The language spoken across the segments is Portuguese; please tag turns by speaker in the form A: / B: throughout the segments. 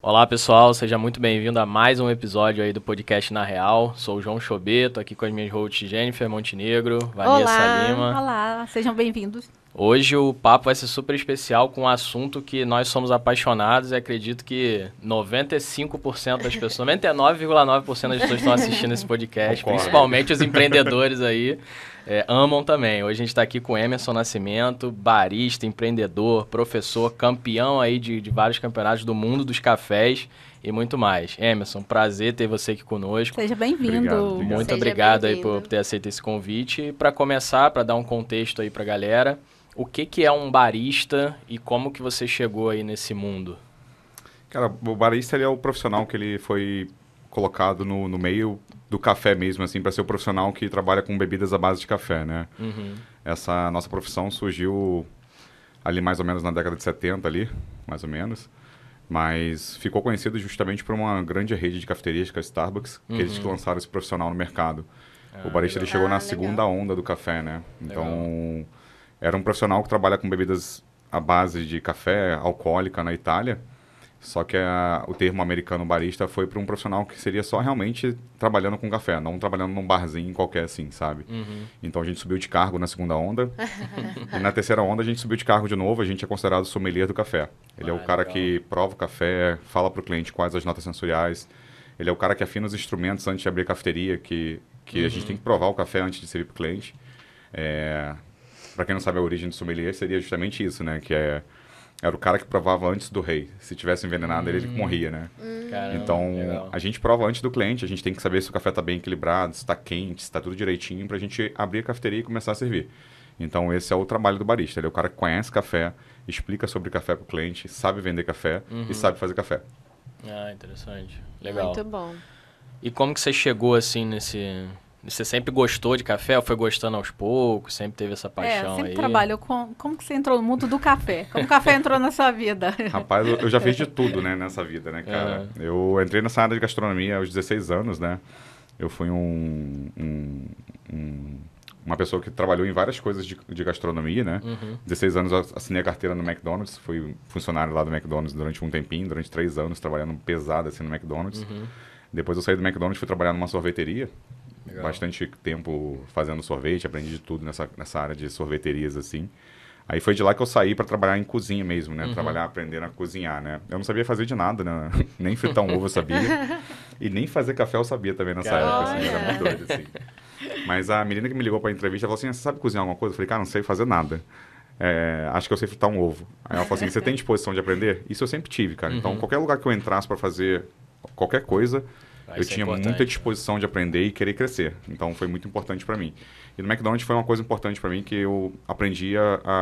A: Olá pessoal, seja muito bem-vindo a mais um episódio aí do podcast Na Real. Sou o João Chobê, tô aqui com as minhas hosts Jennifer Montenegro, Vanessa Lima.
B: Olá, sejam bem-vindos.
A: Hoje o papo vai ser super especial com um assunto que nós somos apaixonados e acredito que 95% das pessoas, 99,9% das pessoas que estão assistindo esse podcast, principalmente os empreendedores aí, amam também. Hoje a gente está aqui com Emerson Nascimento, barista, empreendedor, professor, campeão aí de vários campeonatos do mundo dos cafés e muito mais. Emerson, prazer ter você aqui conosco.
B: Seja bem-vindo.
A: Muito obrigado aí por ter aceito esse convite. E para começar, para dar um contexto aí para a galera, o que é um barista e como que você chegou aí nesse mundo?
C: Cara, o barista ele é o profissional que ele foi colocado no meio do café mesmo, assim, para ser o profissional que trabalha com bebidas à base de café, né?
A: Uhum.
C: Essa nossa profissão surgiu ali mais ou menos na década de 70 ali, mais ou menos. Mas ficou conhecido justamente por uma grande rede de cafeterias, que é a Starbucks, que eles que lançaram esse profissional no mercado. O barista ele chegou na segunda onda do café, né? Então, era um profissional que trabalha com bebidas à base de café alcoólica na Itália. Só que o termo americano barista foi para um profissional que seria só realmente trabalhando com café, não trabalhando num barzinho qualquer assim, sabe?
A: Uhum.
C: Então a gente subiu de cargo na segunda onda. E na terceira onda a gente subiu de cargo de novo, a gente é considerado sommelier do café. Ele é o cara que prova o café, fala para o cliente quais as notas sensoriais. Ele é o cara que afina os instrumentos antes de abrir a cafeteria, que a gente tem que provar o café antes de servir para o cliente. Para quem não sabe a origem do sommelier, seria justamente isso, né? Que era o cara que provava antes do rei. Se tivesse envenenado, ele morria, né?
A: Caramba,
C: então,
A: legal.
C: a gente prova antes do cliente. A gente tem que saber se o café está bem equilibrado, se está quente, se está tudo direitinho, para a gente abrir a cafeteria e começar a servir. Então, esse é o trabalho do barista. Ele é o cara que conhece café, explica sobre café para o cliente, sabe vender café e sabe fazer café.
A: Ah, interessante. Legal.
D: Muito bom.
A: E como que você chegou assim nesse... Você sempre gostou de café ou foi gostando aos poucos? Sempre teve essa paixão
B: sempre
A: aí?
B: trabalhou com... Como que você entrou no mundo do café? Como o café entrou na sua vida?
C: Rapaz, eu já fiz de tudo, né, nessa vida, né, cara? Eu entrei nessa área de gastronomia aos 16 anos, né? Eu fui uma pessoa que trabalhou em várias coisas de gastronomia, né? 16 anos eu assinei a carteira no McDonald's, fui funcionário lá do McDonald's durante um tempinho, durante 3 anos, trabalhando pesado assim no McDonald's. Depois eu saí do McDonald's e fui trabalhar numa sorveteria. Legal. Bastante tempo fazendo sorvete, aprendi de tudo nessa área de sorveterias, assim. Aí foi de lá que eu saí para trabalhar em cozinha mesmo, né? Trabalhar, aprendendo a cozinhar, né? Eu não sabia fazer de nada, né? Nem fritar um ovo eu sabia. E nem fazer café eu sabia também nessa época, assim. Era muito doido, assim. Mas a menina que me ligou para a entrevista falou assim, você sabe cozinhar alguma coisa? Eu falei, cara, não sei fazer nada. Acho que eu sei fritar um ovo. Aí ela falou assim, você tem disposição de aprender? Isso eu sempre tive, cara. Então, qualquer lugar que eu entrasse para fazer qualquer coisa... eu tinha muita disposição de aprender e querer crescer. Então, foi muito importante para mim. E no McDonald's foi uma coisa importante para mim, que eu aprendi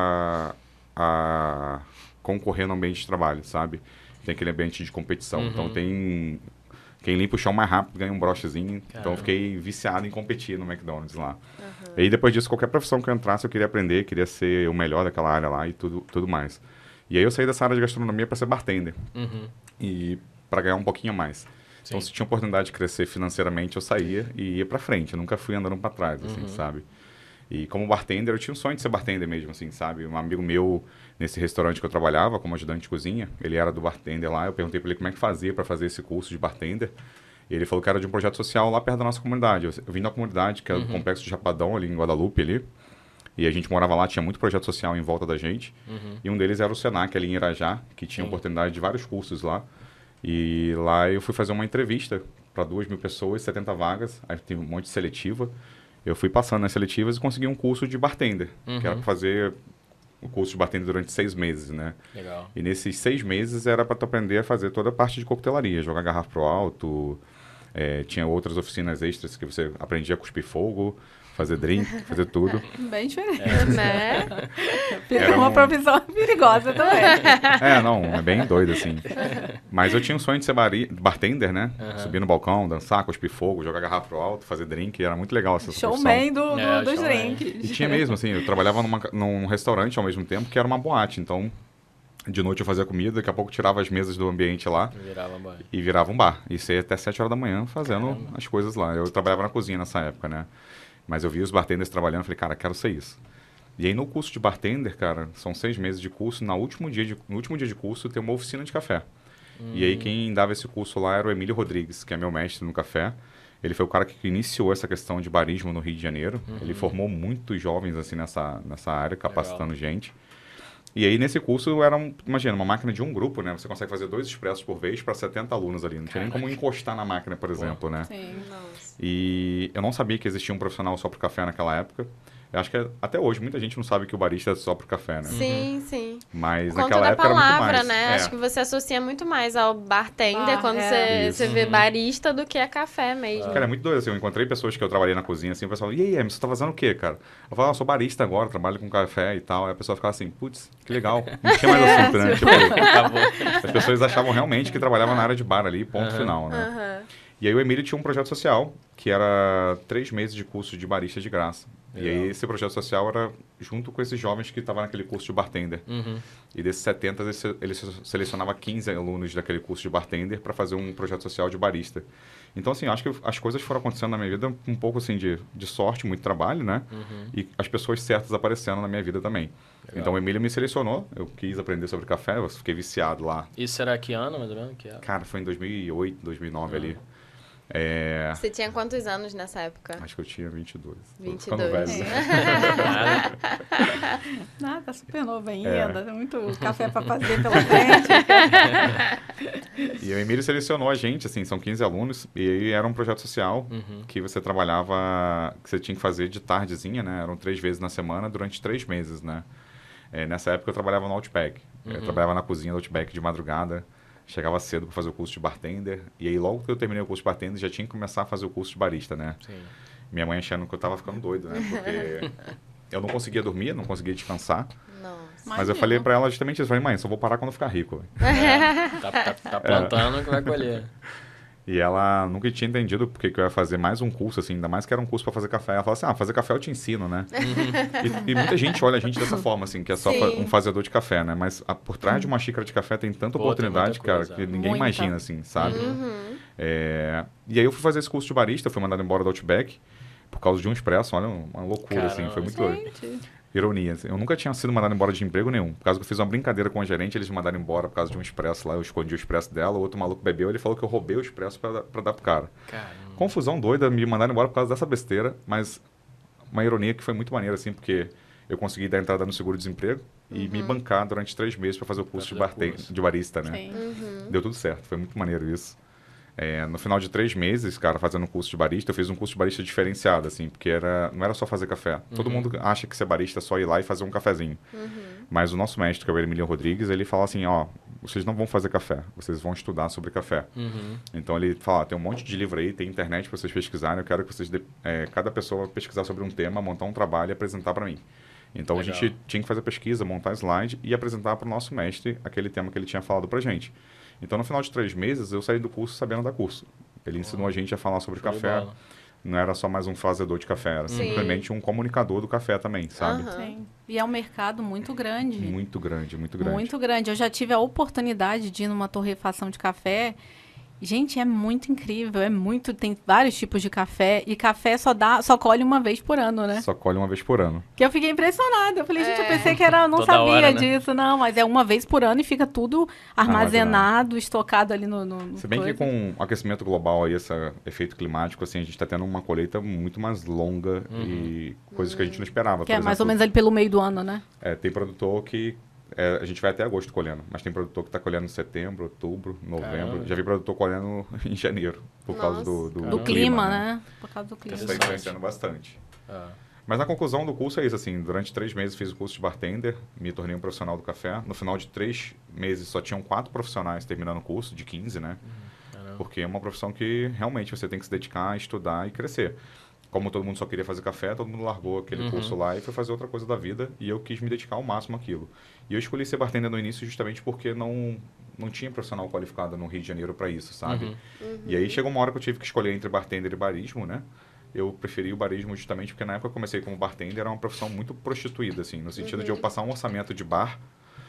C: a concorrer no ambiente de trabalho, sabe? Tem aquele ambiente de competição. Então, quem limpa o chão mais rápido ganha um brochezinho. Caramba. Então, eu fiquei viciado em competir no McDonald's lá. E aí, depois disso, qualquer profissão que eu entrasse, eu queria aprender, queria ser o melhor daquela área lá e tudo mais. E aí, eu saí dessa área de gastronomia para ser bartender. E para ganhar um pouquinho mais. Então, se tinha oportunidade de crescer financeiramente, eu saía e ia pra frente. Eu nunca fui andando pra trás, assim, sabe? E como bartender, eu tinha um sonho de ser bartender mesmo, assim, sabe? Um amigo meu, nesse restaurante que eu trabalhava, como ajudante de cozinha, ele era do bartender lá. Eu perguntei pra ele como é que fazia pra fazer esse curso de bartender. E ele falou que era de um projeto social lá perto da nossa comunidade. Eu vim da comunidade, que é do Complexo de Chapadão, ali em Guadalupe, ali. E a gente morava lá, tinha muito projeto social em volta da gente. E um deles era o Senac, ali em Irajá, que tinha oportunidade de vários cursos lá. E lá eu fui fazer uma entrevista para 2.000 pessoas, 70 vagas, aí teve um monte de seletiva. Eu fui passando nas seletivas e consegui um curso de bartender, que era para fazer o curso de bartender durante 6 meses, né?
A: Legal.
C: E nesses 6 meses era para tu aprender a fazer toda a parte de coquetelaria, jogar garrafa pro alto, tinha outras oficinas extras que você aprendia a cuspir fogo, fazer drink, fazer tudo.
B: Bem diferente.
D: Né?
B: Era uma profissão perigosa também.
C: Não, é bem doido, assim. Mas eu tinha um sonho de ser bartender, né? Subir no balcão, dançar, cuspir fogo, jogar garrafa pro alto, fazer drink, era muito legal essa profissão.
B: Showman dos drinks.
C: E tinha mesmo, assim, eu trabalhava num restaurante ao mesmo tempo, que era uma boate, então... De noite eu fazia comida, daqui a pouco tirava as mesas do ambiente lá e virava um bar. Isso aí até 7 horas da manhã fazendo as coisas lá. Eu trabalhava na cozinha nessa época, né? Mas eu vi os bartenders trabalhando e falei, cara, quero ser isso. E aí no curso de bartender, cara, são 6 meses de curso. No último dia de curso tem uma oficina de café. E aí quem dava esse curso lá era o Emílio Rodrigues, que é meu mestre no café. Ele foi o cara que iniciou essa questão de barismo no Rio de Janeiro. Ele formou muitos jovens assim nessa área, capacitando gente. E aí, nesse curso, imagina, uma máquina de um grupo, né? Você consegue fazer 2 expressos por vez para 70 alunos ali. Não tinha nem como encostar na máquina, por exemplo, né?
B: Sim.
D: Nossa.
C: E eu não sabia que existia um profissional só para o café naquela época. Eu acho que até hoje muita gente não sabe que o barista é só pro café, né?
D: Sim, sim.
C: Mas
D: Por conta
C: naquela
D: da
C: época era muito
D: palavra,
C: mais.
D: né? Acho que você associa muito mais ao bartender quando você vê barista do que a café mesmo.
C: Cara, é muito doido, assim, eu encontrei pessoas que eu trabalhei na cozinha, assim, o pessoal, e aí, Emerson, você tá fazendo o quê, cara? Eu falo, eu sou barista agora, trabalho com café e tal. Aí a pessoa ficava assim, putz, que legal. Não tinha mais assunto, né? Tipo, as pessoas achavam realmente que trabalhava na área de bar ali, ponto final, né? E aí o Emílio tinha um projeto social, que era 3 meses de curso de barista de graça. E aí esse projeto social era junto com esses jovens que estavam naquele curso de bartender. E desses 70, ele selecionava 15 alunos daquele curso de bartender para fazer um projeto social de barista. Então, assim, acho que as coisas foram acontecendo na minha vida um pouco, assim, de sorte, muito trabalho, né? E as pessoas certas aparecendo na minha vida também. Legal. Então, o Emílio me selecionou, eu quis aprender sobre café, eu fiquei viciado lá.
A: Isso era que ano, mais ou menos?
C: Cara, foi em 2008, 2009 ali.
D: Você tinha quantos anos nessa época?
C: Acho que eu tinha 22.
D: 22.
C: Ficando velho.
B: Tá super novo ainda, tem muito café para fazer pela frente.
C: E o Emílio selecionou a gente, assim, são 15 alunos, e aí era um projeto social que você trabalhava, que você tinha que fazer de tardezinha, né? Eram 3 vezes na semana durante 3 meses, né? Nessa época eu trabalhava no Outback, eu trabalhava na cozinha do Outback de madrugada. Chegava cedo para fazer o curso de bartender. E aí, logo que eu terminei o curso de bartender, já tinha que começar a fazer o curso de barista, né? Sim. Minha mãe achando que eu tava ficando doido, né? Porque eu não conseguia dormir, não conseguia descansar. Nossa. Mas eu falei para ela justamente isso. Eu falei, mãe, só vou parar quando ficar rico.
A: Tá plantando que vai colher.
C: E ela nunca tinha entendido porque que eu ia fazer mais um curso, assim, ainda mais que era um curso para fazer café. Ela falou assim, fazer café eu te ensino, né? E muita gente olha a gente dessa forma, assim, que é só um fazedor de café, né? Mas por trás de uma xícara de café tem tanta oportunidade, cara, que ninguém imagina, assim, sabe? E aí eu fui fazer esse curso de barista, fui mandado embora do Outback por causa de um expresso, olha, uma loucura, assim, foi muito doido. Ironia. Assim, eu nunca tinha sido mandado embora de emprego nenhum. Por causa que eu fiz uma brincadeira com a gerente, eles me mandaram embora por causa de um expresso lá. Eu escondi o expresso dela, o outro maluco bebeu, ele falou que eu roubei o expresso pra dar pro cara. Caramba. Confusão doida, me mandaram embora por causa dessa besteira, mas uma ironia que foi muito maneira, assim, porque eu consegui dar entrada no seguro-desemprego e me bancar durante 3 meses para fazer o curso de barista, né? Deu tudo certo, foi muito maneiro isso. No final de 3 meses, cara, fazendo um curso de barista, eu fiz um curso de barista diferenciado, assim, porque não era só fazer café. Todo mundo acha que ser barista é só ir lá e fazer um cafezinho. Mas o nosso mestre, que é o Emílio Rodrigues, ele fala assim, vocês não vão fazer café, vocês vão estudar sobre café. Então ele fala, tem um monte de livro aí, tem internet para vocês pesquisarem, eu quero que vocês, cada pessoa pesquisar sobre um tema, montar um trabalho e apresentar para mim. Então legal. A gente tinha que fazer pesquisa, montar slide e apresentar para o nosso mestre aquele tema que ele tinha falado pra gente. Então, no final de 3 meses, eu saí do curso sabendo dar curso. Ele ensinou a gente a falar sobre café. Não era só mais um fazedor de café, era simplesmente um comunicador do café também, sabe?
B: Sim. E é um mercado muito grande.
C: Muito grande, muito grande.
B: Muito grande. Eu já tive a oportunidade de ir numa torrefação de café. Gente, é muito incrível, tem vários tipos de café e café só colhe uma vez por ano, né?
C: Só colhe uma vez por ano.
B: Que eu fiquei impressionada. Eu falei, gente, eu pensei que eu não sabia hora, né? Disso, não, mas é uma vez por ano e fica tudo armazenado, estocado ali no
C: Se bem que com o aquecimento global aí, esse efeito climático, assim, a gente está tendo uma colheita muito mais longa e coisas que a gente não esperava.
B: Que é mais ou menos ali pelo meio do ano, né?
C: Tem produtor que a gente vai até agosto colhendo, mas tem produtor que está colhendo em setembro, outubro, novembro. Já vi produtor colhendo em janeiro, por causa do
B: clima, né? Por causa do clima.
C: Isso está influenciando bastante. Mas na conclusão do curso é isso, assim, durante 3 meses fiz o curso de bartender, me tornei um profissional do café. No final de 3 meses só tinham 4 profissionais terminando o curso, de 15, né? Porque é uma profissão que realmente você tem que se dedicar a estudar e crescer. Como todo mundo só queria fazer café, todo mundo largou aquele curso lá e foi fazer outra coisa da vida. E eu quis me dedicar ao máximo àquilo. E eu escolhi ser bartender no início justamente porque não tinha profissional qualificado no Rio de Janeiro para isso, sabe? E aí chegou uma hora que eu tive que escolher entre bartender e barismo, né? Eu preferi o barismo justamente porque na época que eu comecei como bartender era uma profissão muito prostituída, assim. No sentido de eu passar um orçamento de bar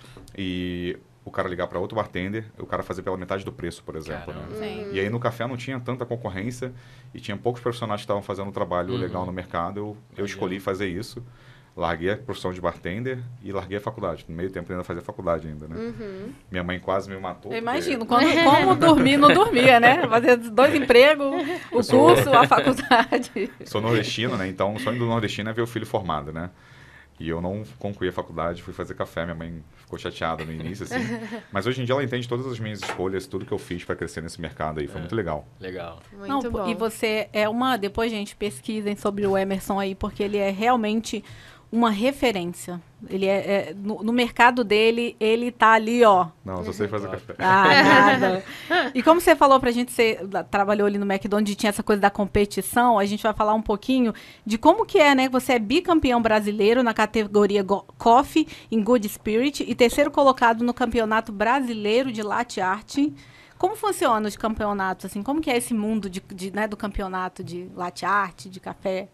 C: e o cara ligar para outro bartender, o cara fazer pela metade do preço, por exemplo, né? E aí no café não tinha tanta concorrência e tinha poucos profissionais que estavam fazendo um trabalho legal no mercado. Eu escolhi fazer isso. larguei a profissão de bartender e larguei a faculdade. No meio tempo ainda fazia faculdade ainda, né? Minha mãe quase me matou.
B: Eu imagino, como dormir, não dormia, né? Fazer 2 empregos, o curso, a faculdade.
C: Sou nordestino, né? Então o sonho do nordestino é ver o filho formado, né? E eu não concluí a faculdade, fui fazer café. Minha mãe ficou chateada no início, assim. Mas hoje em dia ela entende todas as minhas escolhas, tudo que eu fiz para crescer nesse mercado aí. Foi muito legal.
A: Legal.
D: Muito bom.
B: E você é depois, gente, pesquisem sobre o Emerson aí, porque ele é realmente uma referência. Ele no mercado dele, ele tá ali, ó.
C: Não, só sei fazer café.
B: Nada. E como você falou pra gente, você trabalhou ali no McDonald's e tinha essa coisa da competição, a gente vai falar um pouquinho de como que é, né? Você é bicampeão brasileiro na categoria Coffee in Good Spirit e 3º colocado no Campeonato Brasileiro de Latte Art. Como funciona os campeonatos, assim? Como que é esse mundo né, do campeonato de latte art, de café?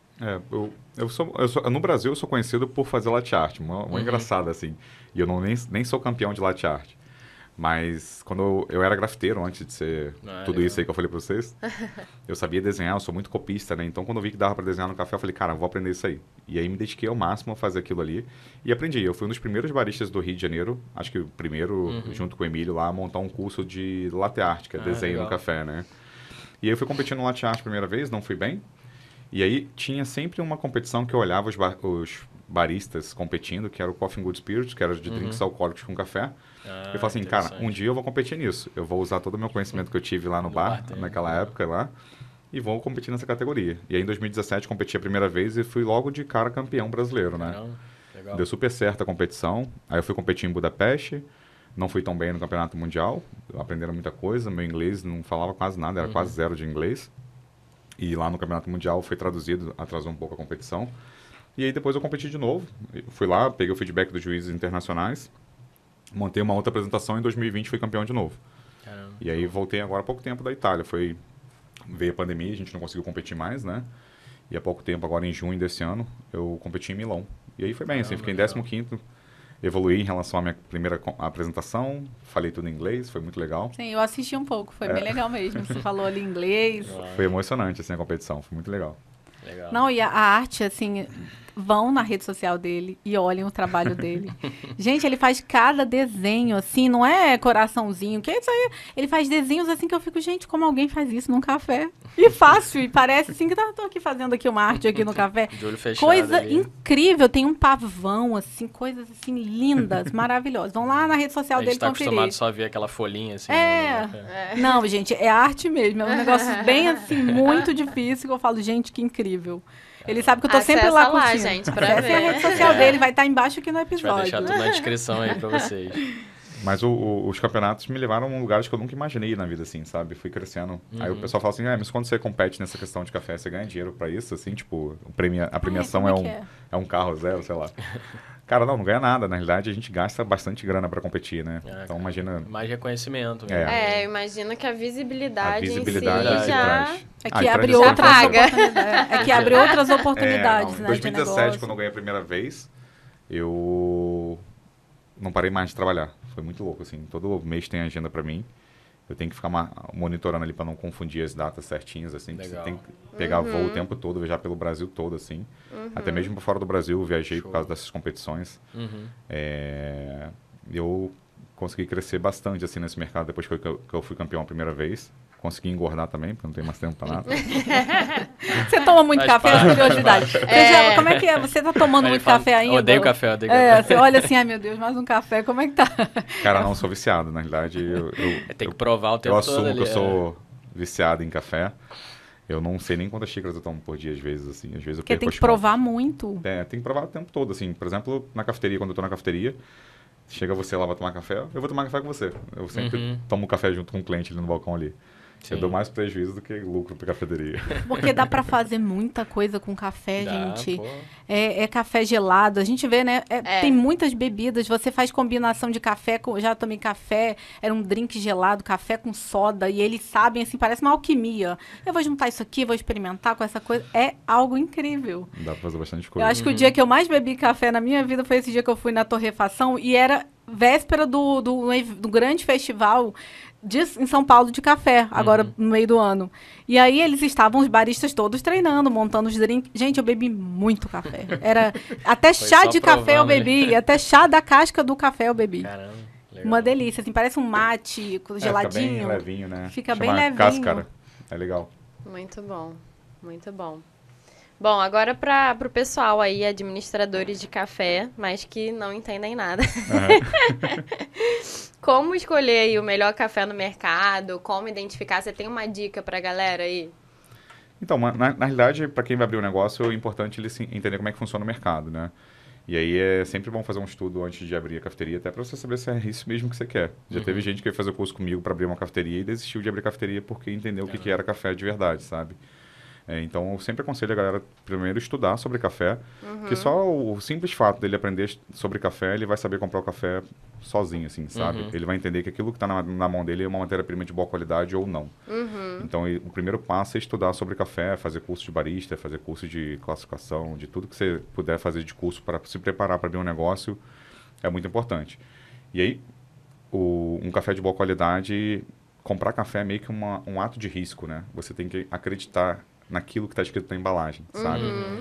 C: No Brasil eu sou conhecido por fazer latte art, uma engraçada assim. E eu nem sou campeão de latte art. Mas quando eu era grafiteiro, antes de ser tudo isso aí que eu falei pra vocês, eu sabia desenhar, eu sou muito copista, né? Então quando eu vi que dava pra desenhar no café, eu falei, cara, eu vou aprender isso aí. E aí me dediquei ao máximo a fazer aquilo ali e aprendi. Eu fui um dos primeiros baristas do Rio de Janeiro, acho que o primeiro, junto com o Emílio lá, a montar um curso de latte art, que é desenho no café, né? E aí eu fui competindo no latte art a primeira vez, não fui bem. E aí tinha sempre uma competição que eu olhava os baristas competindo, que era o Coffee in Good Spirit, que era de drinks alcoólicos com café. Eu falei assim, cara, um dia eu vou competir nisso. Eu vou usar todo o meu conhecimento que eu tive lá no bar, naquela época lá, e vou competir nessa categoria. E aí em 2017 competi a primeira vez e fui logo de cara campeão brasileiro, né?
A: Legal.
C: Deu super certo a competição. Aí eu fui competir em Budapeste, não fui tão bem no campeonato mundial, aprenderam muita coisa, meu inglês não falava quase nada, era quase 0 de inglês. E lá no Campeonato Mundial foi traduzido, atrasou um pouco a competição. E aí depois eu competi de novo. Fui lá, peguei o feedback dos juízes internacionais, montei uma outra apresentação e em 2020 fui campeão de novo. Caramba. E aí voltei agora há pouco tempo da Itália. Veio a pandemia, a gente não conseguiu competir mais, né? E há pouco tempo, agora em junho desse ano, eu competi em Milão. E aí foi bem, assim, fiquei em 15º. Evoluí em relação à minha primeira apresentação, falei tudo em inglês, foi muito legal.
B: Sim, eu assisti um pouco, foi bem legal mesmo. Você falou ali inglês.
C: Foi emocionante, assim, a competição, foi muito legal.
B: Não, e a arte, assim, vão na rede social dele e olhem o trabalho dele. Gente, ele faz cada desenho, assim, não é coraçãozinho, que é isso aí. Ele faz desenhos, assim, que eu fico, gente, como alguém faz isso num café? E fácil, e parece, assim, que tô aqui fazendo aqui uma arte aqui no café.
A: De olho fechado.
B: Coisa
A: ali.
B: incrível, tem um pavão, assim, coisas, assim, lindas, maravilhosas. Vão lá na rede social dele
A: tá
B: conferir.
A: acostumado só a ver aquela folhinha, assim.
B: Não, gente, é arte mesmo. É um negócio bem, assim, muito difícil, que eu falo, gente, que incrível. Ele sabe que eu tô sempre lá curtindo.
D: Gente, pra ver.
B: Essa é a rede social dele, vai estar embaixo aqui no
A: A gente vai
B: episódio.
A: deixar tudo na descrição aí pra vocês.
C: Mas os campeonatos me levaram a lugares que eu nunca imaginei na vida, assim, sabe? Fui crescendo. Aí o pessoal fala assim, mas quando você compete nessa questão de café, você ganha dinheiro pra isso, assim, tipo, a premiação é um carro zero, sei lá. Cara, não ganha nada. Na realidade, a gente gasta bastante grana pra competir, né? Então, imagina...
A: Mais reconhecimento.
D: Imagina que a visibilidade
C: em si
D: já...
B: É que abre outras oportunidades. É que abre outras oportunidades,
C: né? Em 2017, quando eu ganhei a primeira vez, eu não parei mais de trabalhar. Foi muito louco, assim. Todo mês tem agenda pra mim. Eu tenho que ficar monitorando ali pra não confundir as datas certinhas, assim. Você tem que pegar voo o tempo todo, viajar pelo Brasil todo, assim. Até mesmo pra fora do Brasil, eu viajei por causa dessas competições. Eu consegui crescer bastante, assim, nesse mercado depois que eu fui campeão a primeira vez. Consegui engordar também, porque não tem mais tempo pra nada.
B: Você toma muito café, é curiosidade. Como é que é? Você tá tomando muito café ainda?
A: Odeio café.
B: Você olha assim, ai meu Deus, mais um café, como é que tá?
C: Cara, não, sou viciado, na realidade.
A: Tem que provar o tempo todo.
C: Eu assumo que eu sou viciado em café. Eu não sei nem quantas xícaras eu tomo por dia, às vezes, assim. Às vezes eu
B: porque tem que provar muito.
C: Tem que provar o tempo todo, assim. Por exemplo, na cafeteria, quando eu tô na cafeteria, chega você lá, vai tomar café, eu vou tomar café com você. Eu sempre tomo café junto com o cliente ali no balcão ali. Sim. Eu dou mais prejuízo do que lucro pra cafeteria. Porque
B: dá pra fazer muita coisa com café, gente. É café gelado. A gente vê, né? Tem muitas bebidas. Você faz combinação de café com... Já tomei café, era um drink gelado, café com soda. E eles sabem, assim, parece uma alquimia. Eu vou juntar isso aqui, vou experimentar com essa coisa. É algo incrível.
C: Dá pra fazer bastante coisa.
B: Eu acho que o dia que eu mais bebi café na minha vida foi esse dia que eu fui na torrefação. E era véspera do grande festival em São Paulo de café, agora no meio do ano. E aí eles estavam, os baristas todos treinando, montando os drinks. Gente, eu bebi muito café. Era até chá de café eu bebi, até chá da casca do café eu bebi.
A: Caramba, legal.
B: Uma delícia, assim, parece um mate geladinho.
C: Fica bem levinho, né?
B: Fica bem levinho.
C: Cáscara. É legal.
D: Muito bom, muito bom. Bom, agora para o pessoal aí, administradores de café, mas que não entendem nada. Como escolher aí o melhor café no mercado? Como identificar? Você tem uma dica para a galera aí?
C: Então, na realidade, para quem vai abrir um negócio, é importante ele entender como é que funciona o mercado, né? E aí é sempre bom fazer um estudo antes de abrir a cafeteria, até para você saber se é isso mesmo que você quer. Já teve gente que veio fazer o curso comigo para abrir uma cafeteria e desistiu de abrir cafeteria porque entendeu o que era café de verdade, sabe? Então, eu sempre aconselho a galera primeiro estudar sobre café, que só o simples fato dele aprender sobre café, ele vai saber comprar o café sozinho, assim, sabe? Ele vai entender que aquilo que está na mão dele é uma matéria-prima de boa qualidade ou não. Então, o primeiro passo é estudar sobre café, fazer curso de barista, fazer curso de classificação, de tudo que você puder fazer de curso para se preparar para abrir um negócio, é muito importante. E aí, um café de boa qualidade, comprar café é meio que um ato de risco, né? Você tem que acreditar naquilo que está escrito na embalagem, sabe?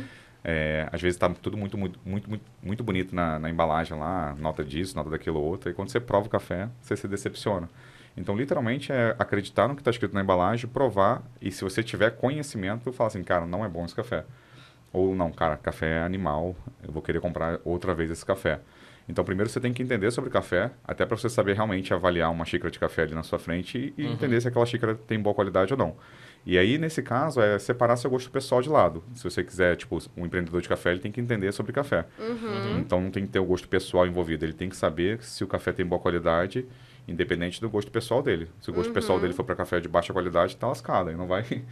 C: Às vezes está tudo muito bonito na embalagem lá, nota disso, nota daquilo outro, e quando você prova o café, você se decepciona. Então, literalmente, é acreditar no que está escrito na embalagem, provar, e se você tiver conhecimento, falar assim, cara, não é bom esse café. Ou não, cara, café é animal, eu vou querer comprar outra vez esse café. Então, primeiro você tem que entender sobre café, até para você saber realmente avaliar uma xícara de café ali na sua frente e entender se aquela xícara tem boa qualidade ou não. E aí, nesse caso, é separar seu gosto pessoal de lado. Se você quiser, tipo, um empreendedor de café, ele tem que entender sobre café. Então, não tem que ter o gosto pessoal envolvido. Ele tem que saber se o café tem boa qualidade, independente do gosto pessoal dele. Se o gosto pessoal dele for para café de baixa qualidade, tá lascado. Aí não vai ter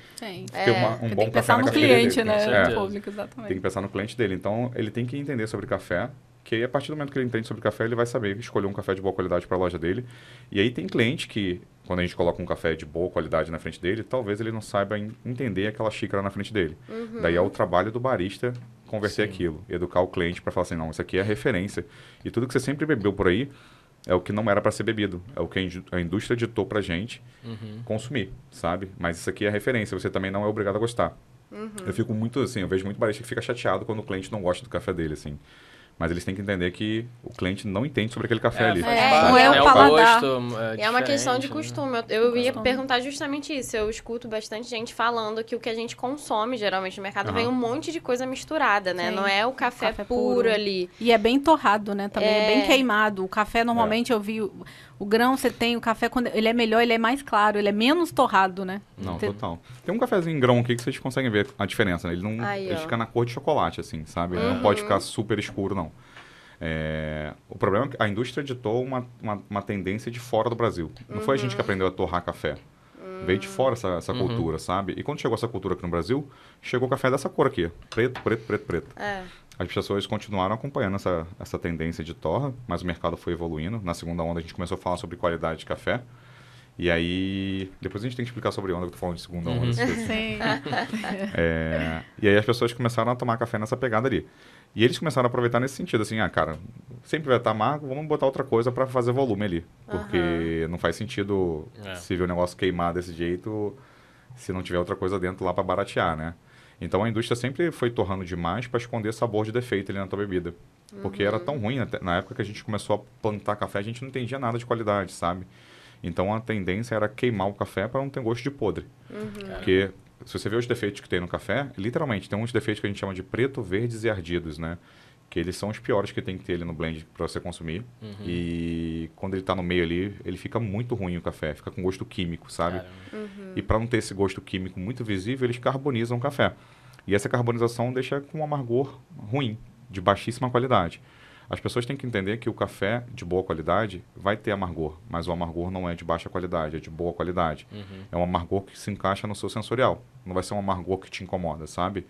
C: um bom café na cafeteria dele.
B: Tem que pensar no cliente, né? No público, exatamente.
C: Tem que pensar no cliente dele. Então, ele tem que entender sobre café, que aí, a partir do momento que ele entende sobre café, ele vai saber escolher um café de boa qualidade para a loja dele. E aí tem cliente que, quando a gente coloca um café de boa qualidade na frente dele, talvez ele não saiba entender aquela xícara na frente dele. Daí é o trabalho do barista converter aquilo, educar o cliente para falar assim, não, isso aqui é a referência. E tudo que você sempre bebeu por aí é o que não era para ser bebido. É o que a indústria ditou para gente consumir, sabe? Mas isso aqui é a referência, você também não é obrigado a gostar. Eu fico muito assim, eu vejo muito barista que fica chateado quando o cliente não gosta do café dele, assim. Mas eles têm que entender que o cliente não entende sobre aquele café ali.
B: Não é o paladar.
D: É uma questão de costume. Eu ia perguntar justamente isso. Eu escuto bastante gente falando que o que a gente consome, geralmente, no mercado, vem um monte de coisa misturada, né? Sim. Não é o café puro ali.
B: E é bem torrado, né? Também é bem queimado. O café, normalmente, eu vi... O grão, você tem o café, quando ele é melhor, ele é mais claro, ele é menos torrado, né?
C: Não, total. Tem um cafezinho em grão aqui que vocês conseguem ver a diferença, né? Ele fica na cor de chocolate, assim, sabe? Ele não pode ficar super escuro, não. O problema é que a indústria ditou uma tendência de fora do Brasil. Não foi a gente que aprendeu a torrar café. Veio de fora essa cultura, sabe? E quando chegou essa cultura aqui no Brasil, chegou o café dessa cor aqui. Preto, preto, preto, preto. As pessoas continuaram acompanhando essa tendência de torra, mas o mercado foi evoluindo. Na segunda onda, a gente começou a falar sobre qualidade de café. E aí... Depois a gente tem que explicar sobre onda, que eu tô falando de segunda onda.
B: Sim.
C: E aí as pessoas começaram a tomar café nessa pegada ali. E eles começaram a aproveitar nesse sentido, assim, cara, sempre vai estar amargo, vamos botar outra coisa para fazer volume ali. Porque não faz sentido se ver o negócio queimar desse jeito, se não tiver outra coisa dentro lá para baratear, né? Então a indústria sempre foi torrando demais para esconder sabor de defeito ali na tua bebida. Porque era tão ruim, na época que a gente começou a plantar café, a gente não entendia nada de qualidade, sabe? Então a tendência era queimar o café para não ter gosto de podre. Porque se você vê os defeitos que tem no café, literalmente tem uns defeitos que a gente chama de preto, verdes e ardidos, né? Que eles são os piores que tem que ter ali no blend para você consumir. E quando ele está no meio ali, ele fica muito ruim o café, fica com gosto químico, sabe? E para não ter esse gosto químico muito visível, eles carbonizam o café. E essa carbonização deixa com um amargor ruim, de baixíssima qualidade. As pessoas têm que entender que o café de boa qualidade vai ter amargor, mas o amargor não é de baixa qualidade, é de boa qualidade. É um amargor que se encaixa no seu sensorial. Não vai ser um amargor que te incomoda, sabe?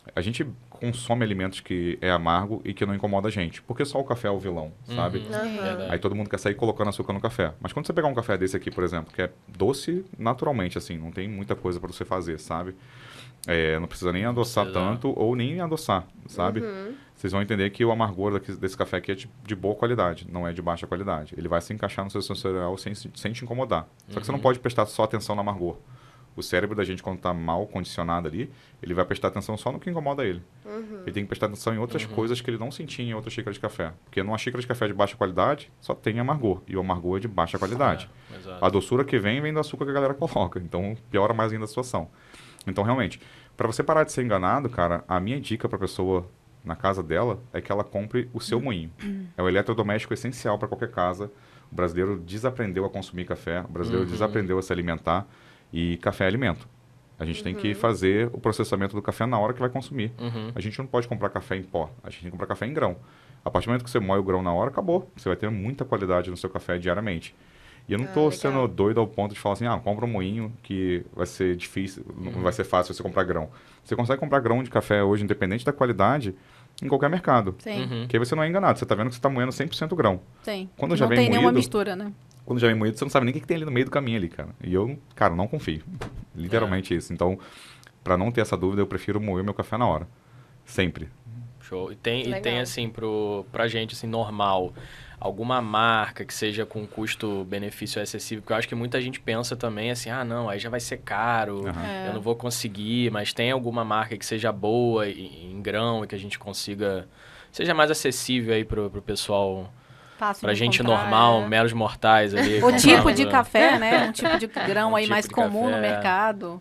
C: A gente consome alimentos que é amargo e que não incomoda a gente. Porque só o café é o vilão, sabe? Aí todo mundo quer sair colocando açúcar no café. Mas quando você pegar um café desse aqui, por exemplo, que é doce naturalmente, assim, não tem muita coisa para você fazer, sabe? Não precisa nem adoçar tanto ou nem adoçar, sabe? Vocês vão entender que o amargor desse café aqui é de boa qualidade, não é de baixa qualidade. Ele vai se encaixar no seu sensorial sem te incomodar. Só que você não pode prestar só atenção no amargor. O cérebro da gente, quando está mal condicionado ali, ele vai prestar atenção só no que incomoda ele. Ele tem que prestar atenção em outras coisas que ele não sentia em outra xícara de café. Porque numa xícara de café de baixa qualidade, só tem amargor. E o amargor é de baixa qualidade. A doçura que vem do açúcar que a galera coloca. Então, piora mais ainda a situação. Então, realmente, para você parar de ser enganado, cara, a minha dica para a pessoa na casa dela é que ela compre o seu moinho. É o eletrodoméstico essencial para qualquer casa. O brasileiro desaprendeu a consumir café. O brasileiro desaprendeu a se alimentar. E café é alimento. A gente tem que fazer o processamento do café na hora que vai consumir. A gente não pode comprar café em pó. A gente tem que comprar café em grão. A partir do momento que você moe o grão na hora, acabou. Você vai ter muita qualidade no seu café diariamente. E eu não estou sendo doido ao ponto de falar assim, compra um moinho que vai ser difícil, não vai ser fácil você comprar grão. Você consegue comprar grão de café hoje, independente da qualidade, em qualquer mercado.
B: Sim.
C: Que aí você não é enganado. Você está vendo que você está moendo 100% grão.
B: Sim.
C: Quando já
B: não
C: vem
B: tem
C: moído,
B: nenhuma mistura, né?
C: Quando já vem moído, você não sabe nem o que tem ali no meio do caminho ali, cara. E eu, cara, não confio. Literalmente isso. Então, para não ter essa dúvida, eu prefiro moer meu café na hora. Sempre.
A: Show. E tem assim, pra gente, assim, normal, alguma marca que seja com custo-benefício acessível? Porque eu acho que muita gente pensa também assim, não, aí já vai ser caro, eu não vou conseguir. Mas tem alguma marca que seja boa em grão e que a gente consiga... Seja mais acessível aí pro pessoal... Pra gente comprar, normal, meros mortais ali.
B: O tipo de café, né? Um tipo de grão aí tipo mais comum no mercado.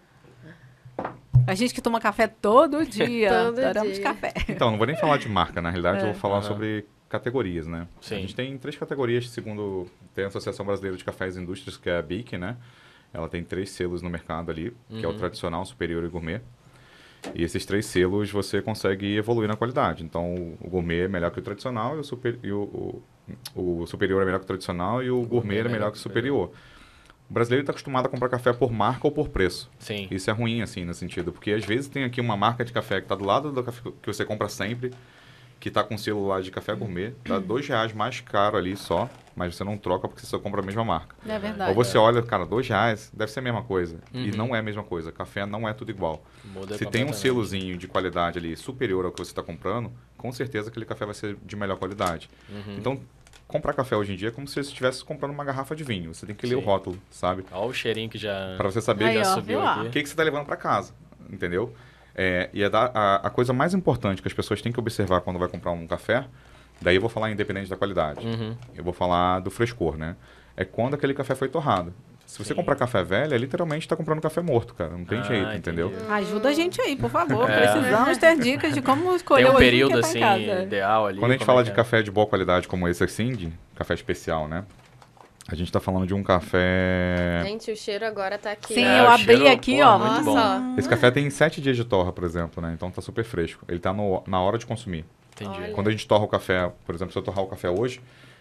B: A gente que toma café todo dia. Adoramos café.
C: Então, não vou nem falar de marca, na realidade eu vou falar sobre categorias, né?
A: Sim.
C: A gente tem 3 categorias, segundo tem a Associação Brasileira de Cafés e Indústrias, que é a BIC, né? Ela tem 3 selos no mercado ali, que é o tradicional, superior e gourmet. E esses 3 selos você consegue evoluir na qualidade. Então, o gourmet é melhor que o tradicional e o superior é melhor que o tradicional e o gourmet é melhor que o superior. O brasileiro está acostumado a comprar café por marca ou por preço.
A: Sim.
C: Isso é ruim, assim, no sentido. Porque, às vezes, tem aqui uma marca de café que está do lado do café que você compra sempre, que está com selo lá de café gourmet, dá R$2 mais caro ali só, mas você não troca porque você só compra a mesma marca.
B: É verdade.
C: Ou você olha, cara, R$2 deve ser a mesma coisa. E não é a mesma coisa. Café não é tudo igual.
A: Muda
C: Se tem um selozinho de qualidade ali superior ao que você está comprando, com certeza aquele café vai ser de melhor qualidade. Então, comprar café hoje em dia é como se você estivesse comprando uma garrafa de vinho. Você tem que ler o rótulo, sabe?
A: Olha o cheirinho que já...
C: Para você saber
A: já subiu aqui.
C: O que você está levando para casa, entendeu? E a coisa mais importante que as pessoas têm que observar quando vai comprar um café, daí eu vou falar independente da qualidade. Eu vou falar do frescor, né? É quando aquele café foi torrado. Se você comprar café velho, literalmente está comprando café morto, cara. Não tem jeito, entendeu?
B: Ajuda a gente aí, por favor. Precisamos ter dicas de como escolher
A: tem um
B: o
A: período
B: tá
A: assim ideal ali.
C: Quando a gente fala de café de boa qualidade como esse assim, de café especial, né? A gente tá falando de um café...
D: Gente, o cheiro agora tá aqui.
B: Sim, eu abri aqui, ó.
A: Muito bom.
C: Esse café tem 7 dias de torra, por exemplo, né? Então tá super fresco. Ele tá na hora de consumir.
A: Entendi.
D: Olha.
C: Quando a gente torra o café, por exemplo, se eu torrar o café hoje,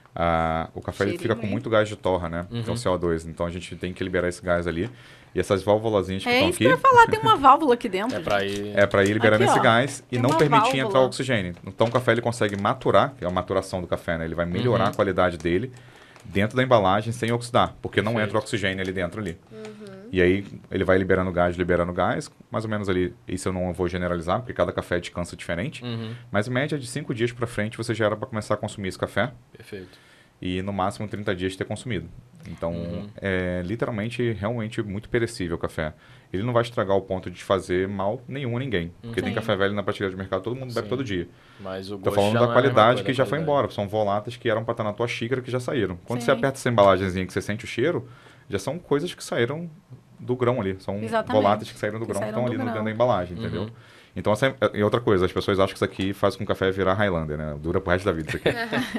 C: o café ele fica com muito gás de torra, né? Então CO2. Então a gente tem que liberar esse gás ali. E essas válvulazinhas que estão aqui...
B: É isso que eu ia falar, tem uma válvula aqui dentro.
C: É para ir liberando
B: aqui,
C: esse
B: ó,
C: gás e não permitir
B: válvula.
C: entrar o oxigênio. Então o café ele consegue maturar, que é a maturação do café, né? Ele vai melhorar a qualidade dele dentro da embalagem sem oxidar, porque não entra oxigênio ali dentro ali. E aí ele vai liberando gás, mais ou menos ali, isso eu não vou generalizar, porque cada café descansa diferente, mas em média de 5 dias para frente você já era para começar a consumir esse café.
A: Perfeito.
C: E no máximo 30 dias de ter consumido. Então, é literalmente, realmente muito perecível o café. Ele não vai estragar o ponto de fazer mal nenhum a ninguém. Porque tem café velho na prateleira de mercado, todo mundo bebe todo dia.
A: Mas o
C: Tô
A: gosto
C: falando
A: já
C: da
A: não
C: qualidade
A: é
C: que já foi embora. São volatas que eram para estar na tua xícara que já saíram. Quando você aperta essa embalagenzinha que você sente o cheiro, já são coisas que saíram do grão ali. São volatas que saíram do grão que estão ali dentro da embalagem, entendeu? Então, e outra coisa, as pessoas acham que isso aqui faz com que o café virar Highlander, né? Dura pro resto da vida isso aqui.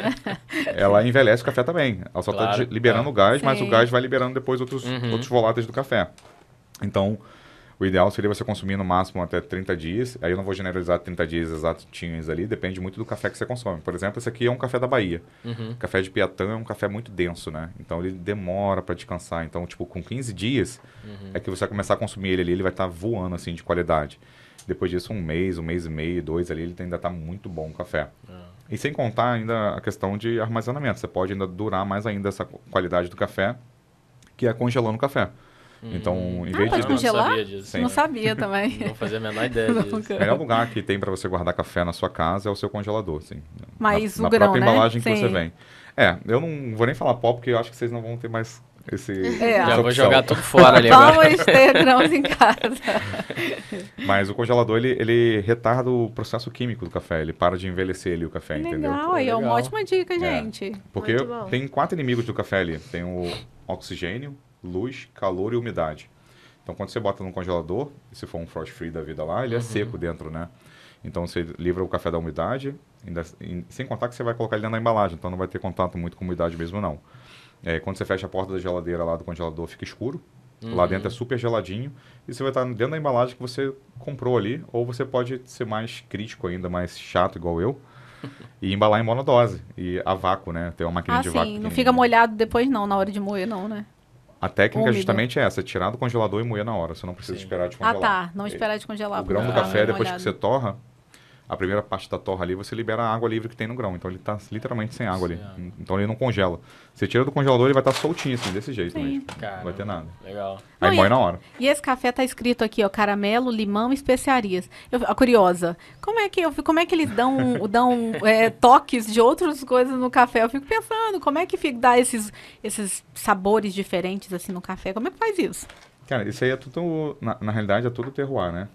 C: Ela envelhece o café também. Ela só está liberando o gás, mas o gás vai liberando depois outros voláteis do café. Então, o ideal seria você consumir no máximo até 30 dias. Aí eu não vou generalizar 30 dias exatinhos ali, depende muito do café que você consome. Por exemplo, esse aqui é um café da Bahia. O café de Piatã é um café muito denso, né? Então ele demora para descansar. Então, tipo, com 15 dias é que você vai começar a consumir ele ali, ele vai estar voando assim de qualidade. depois disso, um mês e meio, 2 ali, ele ainda tá muito bom o café. E sem contar ainda a questão de armazenamento. Você pode ainda durar mais ainda essa qualidade do café, que é congelando o café. Então, em vez
B: pode
C: de...
B: congelar?
A: Não sabia disso.
B: Não sabia também.
A: Não fazia a menor ideia disso.
C: O melhor lugar que tem para você guardar café na sua casa é o seu congelador, assim.
B: Mas
C: na
B: o grão,
C: própria
B: né?
C: embalagem que
B: Sim.
C: você vem. Eu não vou nem falar pó, porque eu acho que vocês não vão ter mais essa
A: Já vou
C: opção.
A: jogar tudo fora ali agora.
B: Vamos ter grãos em casa.
C: Mas o congelador, ele retarda o processo químico do café. Ele para de envelhecer ali o café, entendeu?
B: Legal, aí é uma
A: Legal.
B: ótima dica, gente.
C: Porque
D: Muito bom.
C: tem 4 inimigos do café ali. Tem o oxigênio, luz, calor e umidade. Então, quando você bota no congelador, se for um frost free da vida lá, ele é seco dentro, né? Então, você livra o café da umidade, sem contar que você vai colocar ele dentro da embalagem, então não vai ter contato muito com umidade mesmo, não. Quando você fecha a porta da geladeira lá do congelador, fica escuro. Lá dentro é super geladinho. E você vai estar dentro da embalagem que você comprou ali, ou você pode ser mais crítico ainda, mais chato, igual eu, e embalar em monodose. E a vácuo, né? Tem uma máquina de vácuo.
B: Sim, não
C: pequenininha.
B: fica molhado depois não, na hora de moer não, né?
C: A técnica
B: Úmido.
C: justamente é essa, tirar do congelador e moer na hora. Você não precisa esperar de congelar.
B: Não esperar de congelar.
C: O grão do
B: porque
C: café,
B: tá
C: depois
B: molhado.
C: que você torra, a primeira parte da torra ali, você libera a água livre que tem no grão. Então ele está literalmente sem água ali. Então ele não congela. Você tira do congelador, ele vai estar soltinho, assim, desse jeito mesmo.
A: Caramba.
C: Não vai ter nada.
A: Legal.
C: Aí
B: Não,
C: moe na hora.
B: E esse café tá escrito aqui, ó, caramelo, limão e especiarias. Curiosa, como é que eles dão toques de outras coisas no café? Eu fico pensando, como é que dá esses sabores diferentes assim no café? Como é que faz isso?
C: Cara, isso aí é tudo, na realidade, é tudo terroir, né?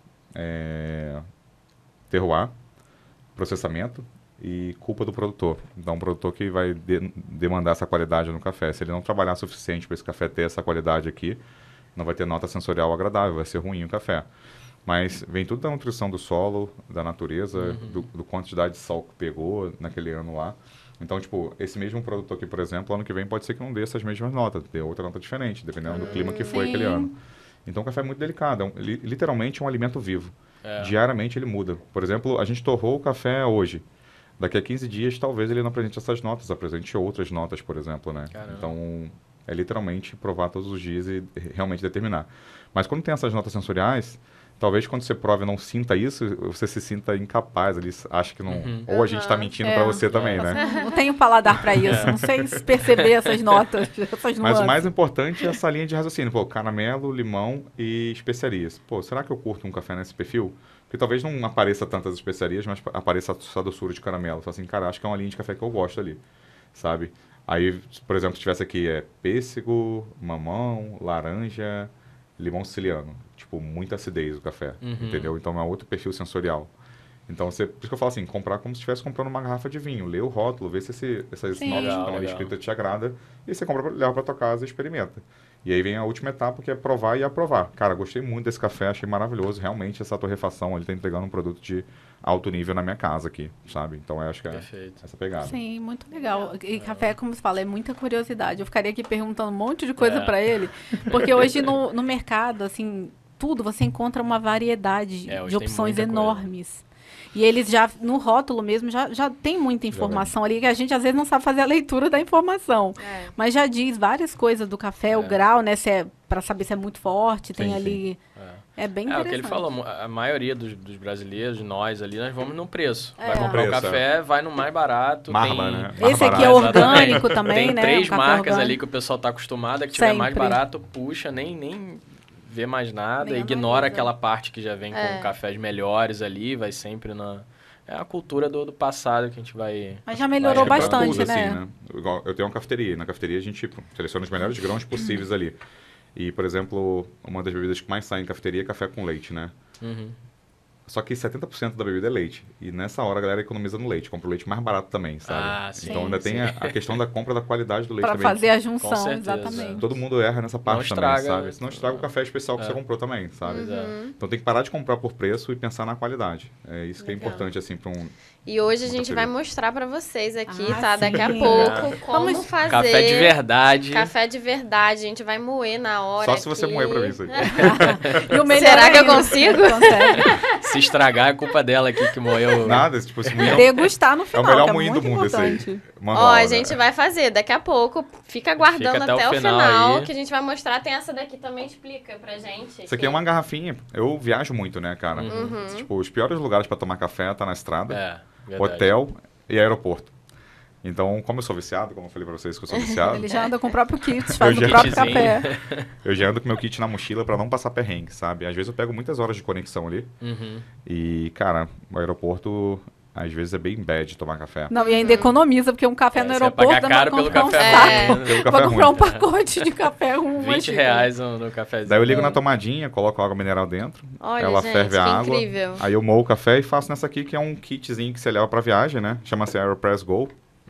C: Terroir, processamento e culpa do produtor. Então, o produtor que vai demandar essa qualidade no café. Se ele não trabalhar o suficiente para esse café ter essa qualidade aqui, não vai ter nota sensorial agradável, vai ser ruim o café. Mas vem tudo da nutrição do solo, da natureza, do quantidade de sol que pegou naquele ano lá. Então, tipo, esse mesmo produtor aqui, por exemplo, ano que vem pode ser que não dê essas mesmas notas, dê outra nota diferente, dependendo do clima que foi aquele ano. Então, o café é muito delicado, literalmente um alimento vivo. Diariamente ele muda. Por exemplo, a gente torrou o café hoje. Daqui a 15 dias, talvez ele não apresente essas notas, apresente outras notas, por exemplo, né?
A: Caramba.
C: Então, é literalmente provar todos os dias e realmente determinar. Mas quando tem essas notas sensoriais, talvez quando você prova e não sinta isso, você se sinta incapaz. Ali acha que não... Ou a gente está mentindo para você também, né?
B: Não tenho paladar para isso, não sei perceber essas notas, essas
C: Mas
B: nuances.
C: o mais importante é essa linha de raciocínio. Pô, caramelo, limão e especiarias. Pô, será que eu curto um café nesse perfil? Porque talvez não apareça tantas especiarias, mas apareça só doçura de caramelo. Fala assim, cara, acho que é uma linha de café que eu gosto ali, sabe? Aí, por exemplo, se tivesse aqui pêssego, mamão, laranja, limão siciliano. Tipo, muita acidez o café, entendeu? Então é outro perfil sensorial. Então, por isso que eu falo assim, comprar como se estivesse comprando uma garrafa de vinho. Lê o rótulo, vê se essas notas que estão ali escritas te agrada. E você compra, leva para tua casa e experimenta. E aí vem a última etapa, que é provar e aprovar. Cara, gostei muito desse café, achei maravilhoso. Realmente, essa torrefação, ele está entregando um produto de alto nível na minha casa aqui, sabe? Então, eu acho que é essa pegada.
B: Sim, muito legal. E café, como você fala, é muita curiosidade. Eu ficaria aqui perguntando um monte de coisa para ele. Porque hoje no mercado, assim, tudo, você encontra uma variedade de opções enormes. E eles já, no rótulo mesmo, já tem muita informação ali, que a gente às vezes não sabe fazer a leitura da informação. Mas já diz várias coisas do café, o grau, né? Se é para saber se é muito forte, tem ali... É bem interessante.
A: É o que ele falou, a maioria dos brasileiros, nós ali, nós vamos no preço. Vai comprar
C: preço,
A: o café, vai no mais barato.
C: Marba, né?
B: Esse aqui é orgânico também,
A: tem
B: né?
A: Tem 3 marcas
B: orgânico
A: ali que o pessoal tá acostumado, que tiver mais barato, puxa, nem vê mais nada, ignora aquela parte que já vem com cafés melhores ali, vai sempre na... É a cultura do passado que a gente vai...
B: Mas já melhorou bastante,
C: tudo,
B: né?
C: Assim, Igual, eu tenho uma cafeteria. Na cafeteria a gente seleciona os melhores grãos possíveis ali. E, por exemplo, uma das bebidas que mais sai em cafeteria é café com leite, né? Só que 70% da bebida é leite. E nessa hora a galera economiza no leite. Compra o leite mais barato também, sabe? Então ainda tem a questão da compra da qualidade do leite também.
B: Para fazer a junção, exatamente.
C: Todo mundo erra nessa parte
A: também,
C: sabe? Senão estraga o café especial que você comprou também, sabe? Então tem que parar de comprar por preço e pensar na qualidade. É isso que é importante, assim, para um...
D: E hoje a gente vai mostrar para vocês aqui, tá? Daqui a pouco, como fazer...
A: Café de verdade.
D: Café de verdade. A gente vai moer na hora.
C: Só se você moer pra mim isso aí.
B: E o melhor
D: Será que eu consigo?
A: Se estragar, é culpa dela aqui que moeu.
C: Nada, tipo, esse moinho
B: Degustar no
C: é
B: final,
C: o melhor
B: que é
C: moinho do
B: muito
C: mundo
B: importante.
C: esse aí.
D: Ó,
C: Manual,
D: a
C: né?
D: gente vai fazer daqui a pouco. Fica aguardando
A: Fica
D: até o final
A: aí.
D: que a gente vai mostrar. Tem essa daqui também, explica pra gente.
C: Isso aqui é uma garrafinha. Eu viajo muito, né, cara? Tipo, os piores lugares pra tomar café tá na estrada,
A: Verdade.
C: hotel e aeroporto. Então, como eu sou viciado, como eu falei pra vocês que eu sou viciado,
B: Ele já anda com o próprio kit, faz
C: Eu
B: o
C: já-
B: próprio
A: Kitzinho.
B: café.
C: eu já ando com meu kit na mochila pra não passar perrengue, sabe? Às vezes eu pego muitas horas de conexão ali e, cara, o aeroporto às vezes é bem bad tomar café.
B: Não, e ainda economiza, porque um café no
A: Você vai
B: aeroporto
A: pagar
B: dá pra
A: caro pelo
B: comprar um
A: café
B: saco.
A: ruim, né?
C: Pelo
B: Vai
C: café
B: comprar
C: ruim.
B: um pacote de café com uma
A: 20
B: xícara.
A: reais no cafezinho.
C: Daí eu ligo na tomadinha, coloco água mineral dentro,
D: Olha,
C: ela
D: gente,
C: ferve a
D: que
C: água,
D: incrível.
C: aí eu moo o café e faço nessa aqui que é um kitzinho que você leva pra viagem, né? Chama-se Aeropress Go.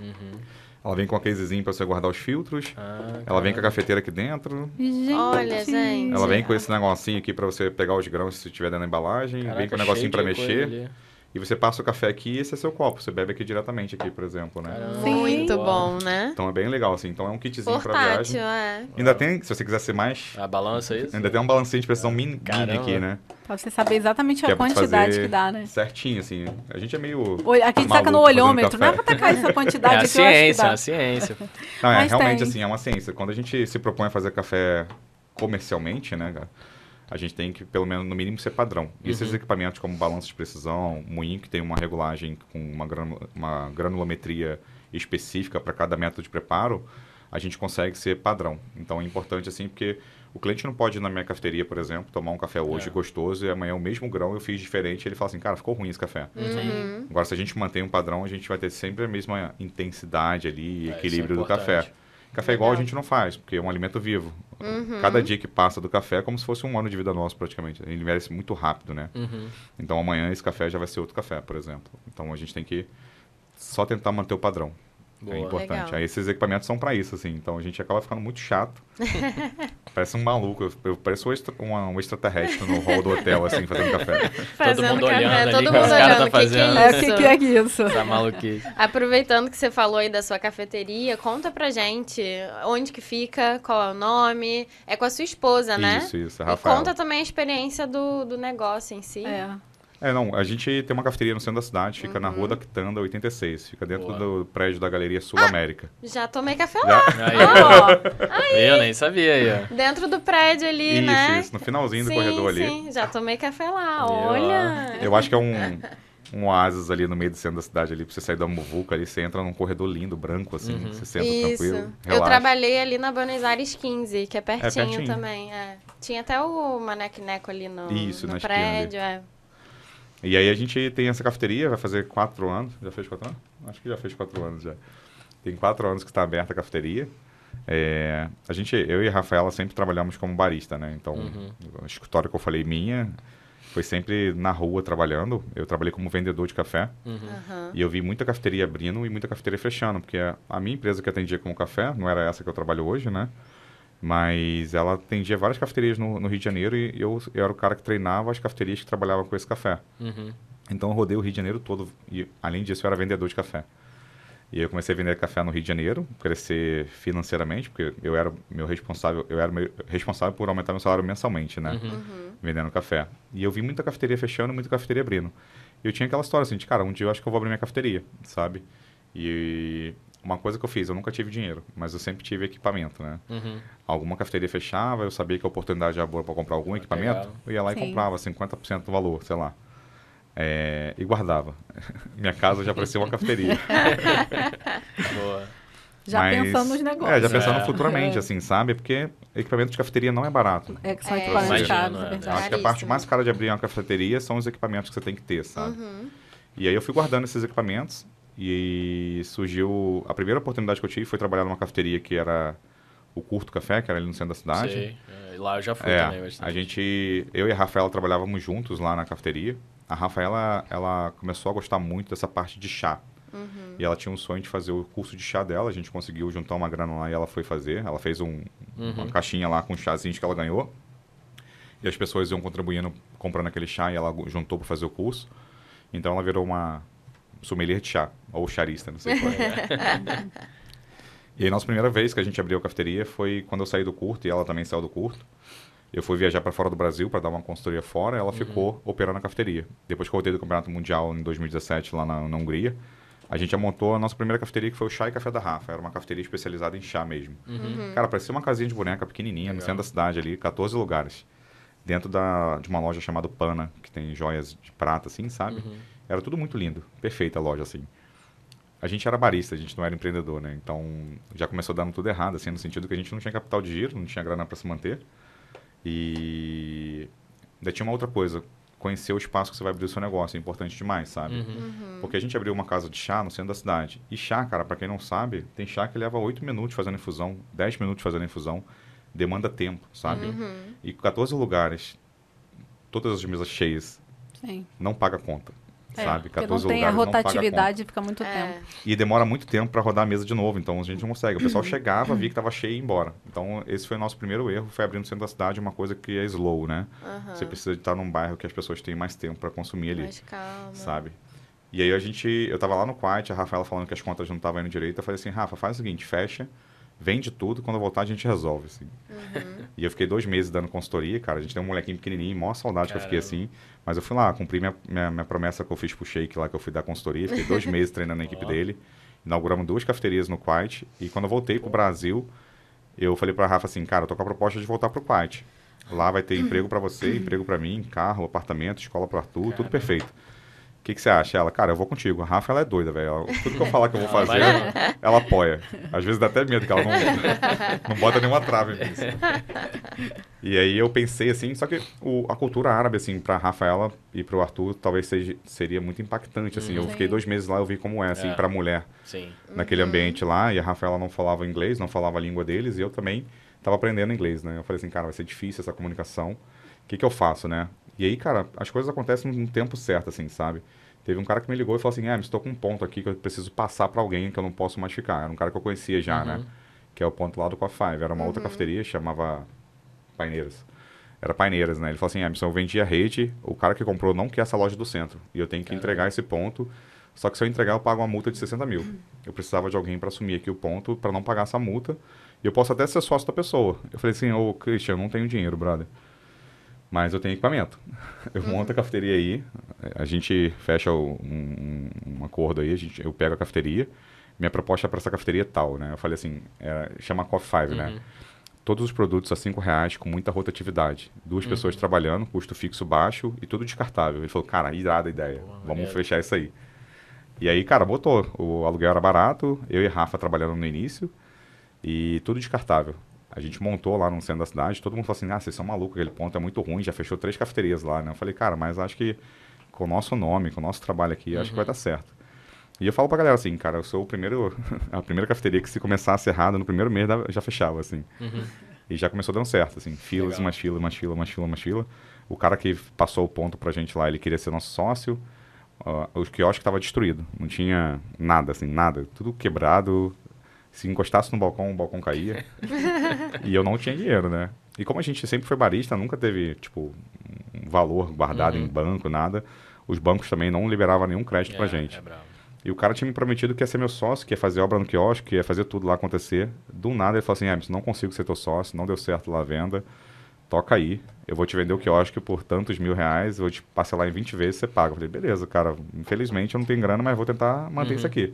C: Ela vem com a casezinho pra você guardar os filtros. Ela vem com a cafeteira aqui dentro.
B: Gente.
D: Olha, gente.
C: Ela vem com esse negocinho aqui pra você pegar os grãos se tiver dentro da embalagem.
A: Caraca,
C: vem com o
A: cheio
C: negocinho
A: de
C: pra
A: coisa
C: mexer.
A: ali.
C: E você passa o café aqui e esse é seu copo. Você bebe aqui diretamente aqui, por exemplo, né?
A: Caramba.
B: Sim.
D: Muito bom, né?
C: Então é bem legal, assim. Então é um kitzinho pra
D: Portátil,
C: viagem.
D: é.
C: Ainda tem, se você quiser ser mais...
A: A balança é isso?
C: Ainda tem um balancinho de precisão mini
A: Caramba.
C: aqui, né?
B: Pra você saber exatamente
C: Que
B: a
C: é pra
B: quantidade
C: fazer
B: que dá, né?
C: certinho, assim. A gente é meio...
B: Aqui a gente taca no
C: maluco fazendo
B: olhômetro, não é
C: café.
B: pra tacar essa
A: É
B: quantidade
A: a
B: aqui, eu acho que
A: ciência,
B: dá.
A: a ciência.
C: Não, é
B: Mas
C: realmente
B: tem.
C: assim, é uma ciência. Quando a gente se propõe a fazer café comercialmente, né, cara, a gente tem que, pelo menos, no mínimo, ser padrão. E esses equipamentos como balanço de precisão, moinho que tem uma regulagem com uma granulometria específica para cada método de preparo, a gente consegue ser padrão. Então é importante assim, porque o cliente não pode ir na minha cafeteria, por exemplo, tomar um café hoje gostoso e amanhã o mesmo grão eu fiz diferente e ele fala assim, cara, ficou ruim esse café. Agora, se a gente mantém um padrão, a gente vai ter sempre a mesma intensidade ali,
A: isso é
C: equilíbrio do
A: importante.
C: café. Café igual a gente não faz, porque é um alimento vivo. Cada dia que passa do café é como se fosse um ano de vida nosso, praticamente. Ele envelhece muito rápido, né? Então, amanhã esse café já vai ser outro café, por exemplo. Então, a gente tem que só tentar manter o padrão.
A: Boa.
C: É importante.
D: Legal.
C: Aí, esses equipamentos são para isso, assim. Então, a gente acaba ficando muito chato. Parece um maluco. Eu pareço um extraterrestre no hall do hotel, assim, fazendo café.
D: Fazendo
A: mundo
D: café,
A: olhando ali,
D: todo
A: o que
D: mundo
A: os caras
D: olhando.
A: tá
D: O que que
A: fazendo.
B: É,
D: é
B: o
D: isso?
B: que é isso?
A: Essa maluquice.
D: Aproveitando que você falou aí da sua cafeteria, conta pra gente onde que fica, qual é o nome. É com a sua esposa, né?
C: Isso, a
D: E
C: Rafaela.
D: conta também a experiência do negócio em si.
C: Não, a gente tem uma cafeteria no centro da cidade, fica na Rua da Quitanda, 86. Fica dentro
A: Boa.
C: do prédio da Galeria Sul América.
D: Já tomei café lá.
A: Aí,
D: Ó,
A: eu nem sabia aí, ó.
D: dentro do prédio ali, né?
C: Isso, no finalzinho do
D: Sim,
C: corredor ali.
D: sim, já tomei café lá.
A: Aí, ó.
D: Olha.
C: Eu acho que é um oásis ali no meio do centro da cidade ali, pra você sair da muvuca ali, você entra num corredor lindo, branco, assim, você senta
D: Isso.
C: tranquilo,
D: Eu
C: relaxa.
D: trabalhei ali na Buenos Aires 15, que é pertinho,
C: pertinho.
D: também. É. Tinha até o Maneco Neco ali
C: Isso,
D: no
C: na esquina ali.
D: prédio. É.
C: E aí a gente tem essa cafeteria, vai fazer 4 anos. Já fez 4 anos? Acho que já fez 4 anos já. Tem 4 anos que está aberta a cafeteria. Eu e a Rafaela sempre trabalhamos como barista, né? Então, a escritório que eu falei minha foi sempre na rua trabalhando. Eu trabalhei como vendedor de café. E eu vi muita cafeteria abrindo e muita cafeteria fechando, porque a minha empresa que atendia como café, não era essa que eu trabalho hoje, né? Mas ela atendia várias cafeterias no Rio de Janeiro e eu era o cara que treinava as cafeterias que trabalhavam com esse café. Então eu rodei o Rio de Janeiro todo e, além disso, eu era vendedor de café. E aí eu comecei a vender café no Rio de Janeiro, crescer financeiramente, porque eu era meu responsável por aumentar meu salário mensalmente, né? Vendendo café. E eu vi muita cafeteria fechando, muita cafeteria abrindo. E eu tinha aquela história assim, de cara, um dia eu acho que eu vou abrir minha cafeteria, sabe? E uma coisa que eu fiz, eu nunca tive dinheiro, mas eu sempre tive equipamento, né? Alguma cafeteria fechava, eu sabia que a oportunidade era boa para comprar algum equipamento,
A: legal.
C: eu ia lá
B: Sim.
C: e comprava 50% do valor, sei lá. E guardava. Minha casa já parecia uma cafeteria.
A: Boa.
B: Já
C: Mas-
B: pensando nos negócios.
C: já pensando
A: É.
C: futuramente, assim, sabe? Porque equipamento de cafeteria não é barato.
B: É que são
D: É,
B: equipamentos
A: imagino,
B: caros,
A: é.
B: é
C: Eu
B: verdade.
C: acho que a parte mais cara de abrir uma cafeteria são os equipamentos que você tem que ter, sabe? E aí eu fui guardando esses equipamentos e surgiu... A primeira oportunidade que eu tive foi trabalhar numa cafeteria que era o Curto Café, que era ali no centro da cidade.
A: Sei. Lá eu já fui também bastante.
C: Eu e a Rafaela trabalhávamos juntos lá na cafeteria. A Rafaela, ela começou a gostar muito dessa parte de chá. E ela tinha um sonho de fazer o curso de chá dela. A gente conseguiu juntar uma grana lá e ela foi fazer. Ela fez uma caixinha lá com chazinhos que ela ganhou. E as pessoas iam contribuindo, comprando aquele chá e ela juntou para fazer o curso. Então ela virou uma sommelier de chá, ou charista, não sei qual é. E aí, nossa primeira vez que a gente abriu a cafeteria foi quando eu saí do Curto e ela também saiu do Curto. Eu fui viajar para fora do Brasil para dar uma consultoria fora, ela ficou operando a cafeteria. Depois que eu voltei do Campeonato Mundial em 2017 lá na Hungria, a gente já montou a nossa primeira cafeteria, que foi o Chá e Café da Rafa. Era uma cafeteria especializada em chá mesmo. Cara, parecia uma casinha de boneca pequenininha, no centro da cidade ali, 14 lugares. Dentro de uma loja chamada Pana, que tem joias de prata, assim, sabe? Era tudo muito lindo. Perfeita a loja, assim. A gente era barista, a gente não era empreendedor, né? Então, já começou dando tudo errado, assim, no sentido que a gente não tinha capital de giro, não tinha grana para se manter. E ainda tinha uma outra coisa. Conhecer o espaço que você vai abrir o seu negócio é importante demais, sabe? Porque a gente abriu uma casa de chá no centro da cidade. E chá, cara, para quem não sabe, tem chá que leva 8 minutos fazendo infusão, 10 minutos fazendo infusão. Demanda tempo, sabe? E 14 lugares, todas as mesas cheias,
B: Sim.
C: não paga conta. Sabe? 14
B: não tem
C: lugares,
B: a rotatividade, fica muito tempo.
C: E demora muito tempo para rodar a mesa de novo, então a gente não consegue. O pessoal chegava, via que estava cheio e ia embora. Então esse foi o nosso primeiro erro, foi abrir no centro da cidade uma coisa que é slow, né? Você precisa de estar num bairro que as pessoas têm mais tempo para consumir ali.
D: Mais calma.
C: Sabe? E aí eu tava lá no Quiet, a Rafaela falando que as contas não estavam indo direito, eu falei assim, Rafa, faz o seguinte, fecha, vende tudo, quando eu voltar a gente resolve, assim. E eu fiquei 2 meses dando consultoria, cara, a gente tem um molequinho pequenininho, maior saudade que eu fiquei assim, mas eu fui lá, cumpri minha promessa que eu fiz pro Sheik lá, que eu fui dar consultoria, fiquei 2 meses treinando a equipe dele, inauguramos 2 cafeterias no Quiet, e quando eu voltei pro Brasil, eu falei pra Rafa assim, cara, eu tô com a proposta de voltar pro Quiet. Lá vai ter emprego pra você, emprego pra mim, carro, apartamento, escola pro Arthur, tudo perfeito. O que você acha? Ela, cara, eu vou contigo. A Rafa, ela é doida, velho. Tudo que eu falar que eu vou fazer, ela apoia. Às vezes dá até medo, que ela não bota nenhuma trava em mim. Assim. E aí eu pensei assim, só que a cultura árabe, assim, pra Rafaela e pro Arthur, talvez seria muito impactante, assim. Eu fiquei 2 meses lá, eu vi como é, assim, pra mulher.
A: Sim.
C: Naquele ambiente lá, e a Rafaela não falava inglês, não falava a língua deles, e eu também tava aprendendo inglês, né? Eu falei assim, cara, vai ser difícil essa comunicação. O que eu faço, né? E aí, cara, as coisas acontecem no tempo certo, assim, sabe? Teve um cara que me ligou e falou assim, estou com um ponto aqui que eu preciso passar para alguém que eu não posso mais ficar. Era um cara que eu conhecia já, né? Que é o ponto lá do Coffee Five. Era uma outra cafeteria, chamava Paineiras. Era Paineiras, né? Ele falou assim, eu vendi a rede, o cara que comprou não quer essa loja do centro. E eu tenho que entregar esse ponto, só que se eu entregar eu pago uma multa de 60 mil. Eu precisava de alguém para assumir aqui o ponto, para não pagar essa multa. E eu posso até ser sócio da pessoa. Eu falei assim, ô Christian, eu não tenho dinheiro, brother. Mas eu tenho equipamento. Eu monto a cafeteria aí, a gente fecha um acordo aí, eu pego a cafeteria, minha proposta para essa cafeteria é tal, né? Eu falei assim, chama Coffee Five, né? Todos os produtos a R$5, com muita rotatividade. 2 pessoas trabalhando, custo fixo baixo e tudo descartável. Ele falou, cara, irada a ideia, vamos fechar isso aí. E aí, cara, botou. O aluguel era barato, eu e Rafa trabalhando no início e tudo descartável. A gente montou lá no centro da cidade, todo mundo falou assim, vocês são malucos, aquele ponto é muito ruim, já fechou 3 cafeterias lá, né? Eu falei, cara, mas acho que com o nosso nome, com o nosso trabalho aqui, acho que vai dar certo. E eu falo pra galera assim, cara, eu sou a primeira cafeteria que se começar a ser errada no primeiro mês já fechava, assim. E já começou dando certo, assim, filas, mais fila. O cara que passou o ponto pra gente lá, ele queria ser nosso sócio, o quiosque estava destruído, não tinha nada, assim, nada, tudo quebrado. Se encostasse no balcão, o balcão caía. E eu não tinha dinheiro, né? E como a gente sempre foi barista, nunca teve, tipo, um valor guardado em banco, nada. Os bancos também não liberavam nenhum crédito pra gente. E o cara tinha me prometido que ia ser meu sócio, que ia fazer obra no quiosque, que ia fazer tudo lá acontecer. Do nada ele falou assim, não consigo ser teu sócio, não deu certo lá a venda. Toca aí, eu vou te vender o quiosque por tantos R$1.000, vou te parcelar em 20 vezes, você paga. Eu falei, beleza, cara, infelizmente eu não tenho grana, mas vou tentar manter isso aqui.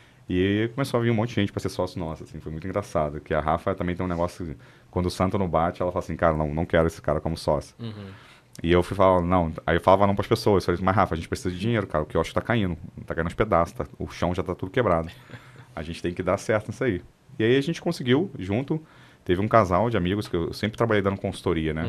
C: E começou a vir um monte de gente para ser sócio nosso, assim, foi muito engraçado. Que a Rafa também tem um negócio, quando o santo não bate, ela fala assim, cara, não quero esse cara como sócio. E eu fui falar, não, aí eu falava não para as pessoas, eu falei, mas Rafa, a gente precisa de dinheiro, cara, o quiosque tá caindo aos pedaços, o chão já tá tudo quebrado. A gente tem que dar certo nisso aí. E aí a gente conseguiu, junto, teve um casal de amigos, que eu sempre trabalhei dando consultoria, né?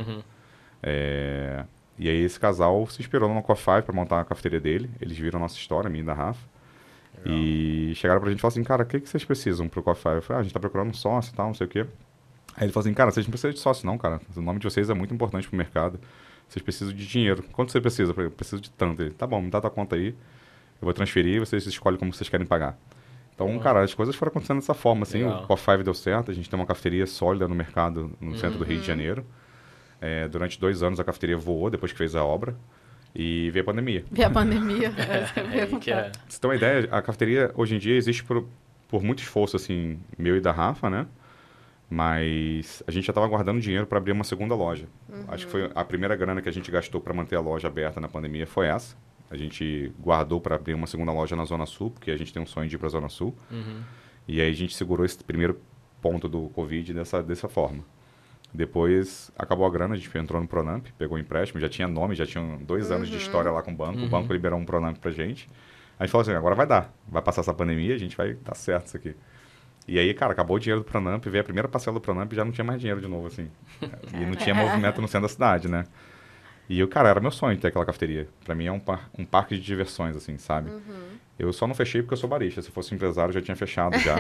C: E aí esse casal se inspirou no Coffee Five para montar a cafeteria dele, eles viram a nossa história, a minha e da Rafa. Legal. E chegaram pra gente e falaram assim, cara, o que vocês precisam pro Coffee Five? Eu falei, a gente tá procurando um sócio e tal, não sei o quê. Aí ele falou assim, cara, vocês não precisam de sócio não, cara. O nome de vocês é muito importante pro mercado. Vocês precisam de dinheiro. Quanto você precisa? Eu preciso de tanto. Ele, tá bom, me dá tua conta aí. Eu vou transferir e vocês escolhem como vocês querem pagar. Então, cara, as coisas foram acontecendo dessa forma, assim. Legal. O Coffee Five deu certo. A gente tem uma cafeteria sólida no mercado, no centro do Rio de Janeiro. Durante 2 anos a cafeteria voou, depois que fez a obra. E veio a pandemia.
B: Veio a pandemia.
C: Pra você ter uma ideia, a cafeteria hoje em dia existe por muito esforço, assim, meu e da Rafa, né? Mas a gente já estava guardando dinheiro para abrir uma segunda loja. Acho que foi a primeira grana que a gente gastou para manter a loja aberta na pandemia foi essa. A gente guardou para abrir uma segunda loja na Zona Sul, porque a gente tem um sonho de ir para a Zona Sul. E aí a gente segurou esse primeiro ponto do Covid dessa forma. Depois acabou a grana, a gente entrou no Pronamp, pegou um empréstimo, já tinha nome, já tinha 2 anos de história lá com o banco. O banco liberou um Pronamp pra gente. A gente falou assim, agora vai dar. Vai passar essa pandemia, a gente vai dar certo isso aqui. E aí, cara, acabou o dinheiro do Pronamp, veio a primeira parcela do Pronamp e já não tinha mais dinheiro de novo, assim. E não tinha movimento no centro da cidade, né? E eu, cara, era meu sonho ter aquela cafeteria. Pra mim é um parque de diversões, assim, sabe? Eu só não fechei porque eu sou barista. Se fosse empresário, eu já tinha fechado já.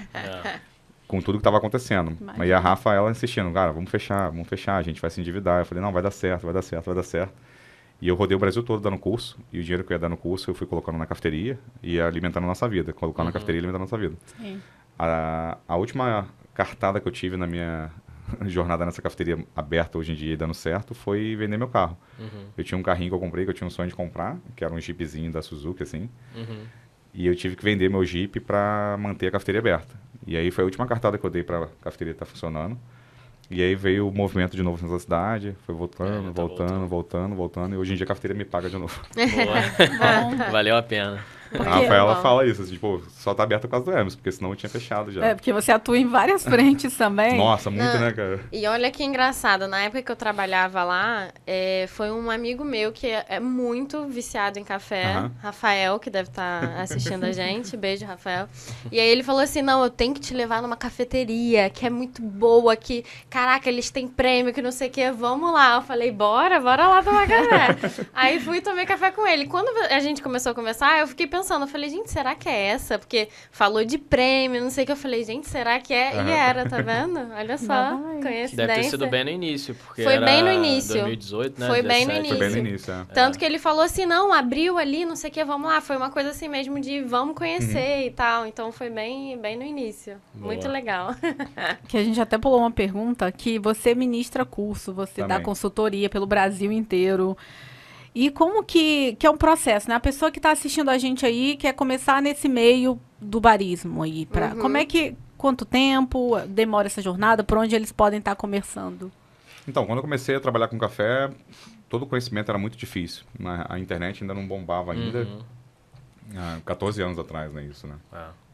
C: Com tudo que estava acontecendo. Mas a Rafa, ela insistindo, cara, vamos fechar, a gente vai se endividar. Eu falei, não, vai dar certo, vai dar certo, vai dar certo. E eu rodei o Brasil todo dando curso, e o dinheiro que eu ia dar no curso eu fui colocando na cafeteria e alimentando a nossa vida, colocando na cafeteria e alimentando a nossa vida.
B: Sim.
C: A última cartada que eu tive na minha jornada nessa cafeteria aberta hoje em dia e dando certo foi vender meu carro. Eu tinha um carrinho que eu comprei, que eu tinha um sonho de comprar, que era um Jeepzinho da Suzuki, assim. E eu tive que vender meu Jeep para manter a cafeteria aberta. E aí foi a última cartada que eu dei para a cafeteria estar funcionando. E aí veio o movimento de novo na cidade, foi voltando. E hoje em dia a cafeteria me paga de novo.
A: Boa. Valeu a pena.
C: A Rafaela fala isso, assim, tipo, só tá aberto por causa do Hermes, porque senão eu tinha fechado já.
B: Porque você atua em várias frentes também.
C: Nossa, muito, né, cara?
D: E olha que engraçado, na época que eu trabalhava lá, foi um amigo meu que é muito viciado em café, Rafael, que deve estar assistindo a gente, beijo, Rafael. E aí ele falou assim, não, eu tenho que te levar numa cafeteria, que é muito boa, que, caraca, eles têm prêmio, que não sei o que, vamos lá. Eu falei, bora lá tomar café. Aí fui e tomei café com ele. Quando a gente começou a conversar, eu fiquei pensando, eu falei, gente, será que é essa? Porque falou de prêmio, não sei o que, eu falei, gente, será que é? E era, tá vendo? Olha só, coincidência.
A: Deve ter sido bem no início, porque
D: foi bem no início.
A: 2018, né?
D: Foi
A: 17.
D: bem no início.
C: Foi bem no início,
D: Tanto que ele falou assim, não, abriu ali, não sei o que, vamos lá. Foi uma coisa assim mesmo de vamos conhecer e tal. Então foi bem no início. Boa. Muito legal.
B: Que a gente até pulou uma pergunta, que você ministra curso, você dá consultoria pelo Brasil inteiro. E como que é um processo, né? A pessoa que está assistindo a gente aí quer começar nesse meio do barismo aí. Como é que, quanto tempo demora essa jornada? Por onde eles podem estar começando?
C: Então, quando eu comecei a trabalhar com café, todo o conhecimento era muito difícil. A internet ainda não bombava ainda. 14 anos atrás, né? Isso, né?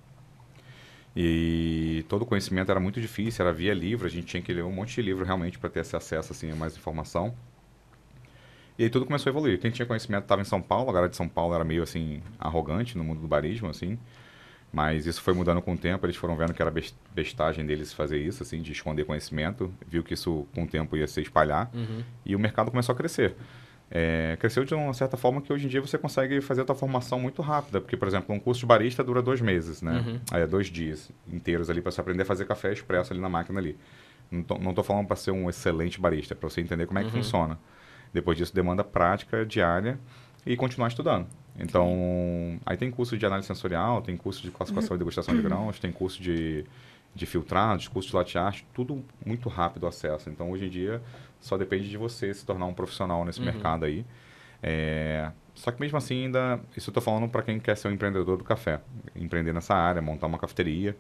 C: E todo o conhecimento era muito difícil, era via livro. A gente tinha que ler um monte de livro realmente para ter esse acesso assim, a mais informação. E aí tudo começou a evoluir. Quem tinha conhecimento estava em São Paulo, a galera de São Paulo era meio assim, arrogante no mundo do barismo, assim. Mas isso foi mudando com o tempo, eles foram vendo que era bestagem deles fazer isso, assim, de esconder conhecimento. Viu que isso com o tempo ia se espalhar. E o mercado começou a crescer. Cresceu de uma certa forma que hoje em dia você consegue fazer a tua formação muito rápida. Porque, por exemplo, um curso de barista dura 2 meses, né? 2 dias inteiros ali para você aprender a fazer café expresso ali na máquina ali. Não tô falando para ser um excelente barista, é para você entender como é que funciona. Depois disso, demanda prática diária e continuar estudando. Então, aí tem curso de análise sensorial, tem curso de classificação e degustação de grãos, tem curso de filtrados, curso de latte art, tudo muito rápido o acesso. Então, hoje em dia, só depende de você se tornar um profissional nesse mercado aí. Só que mesmo assim, ainda, isso eu estou falando para quem quer ser um empreendedor do café. Empreender nessa área, montar uma cafeteria,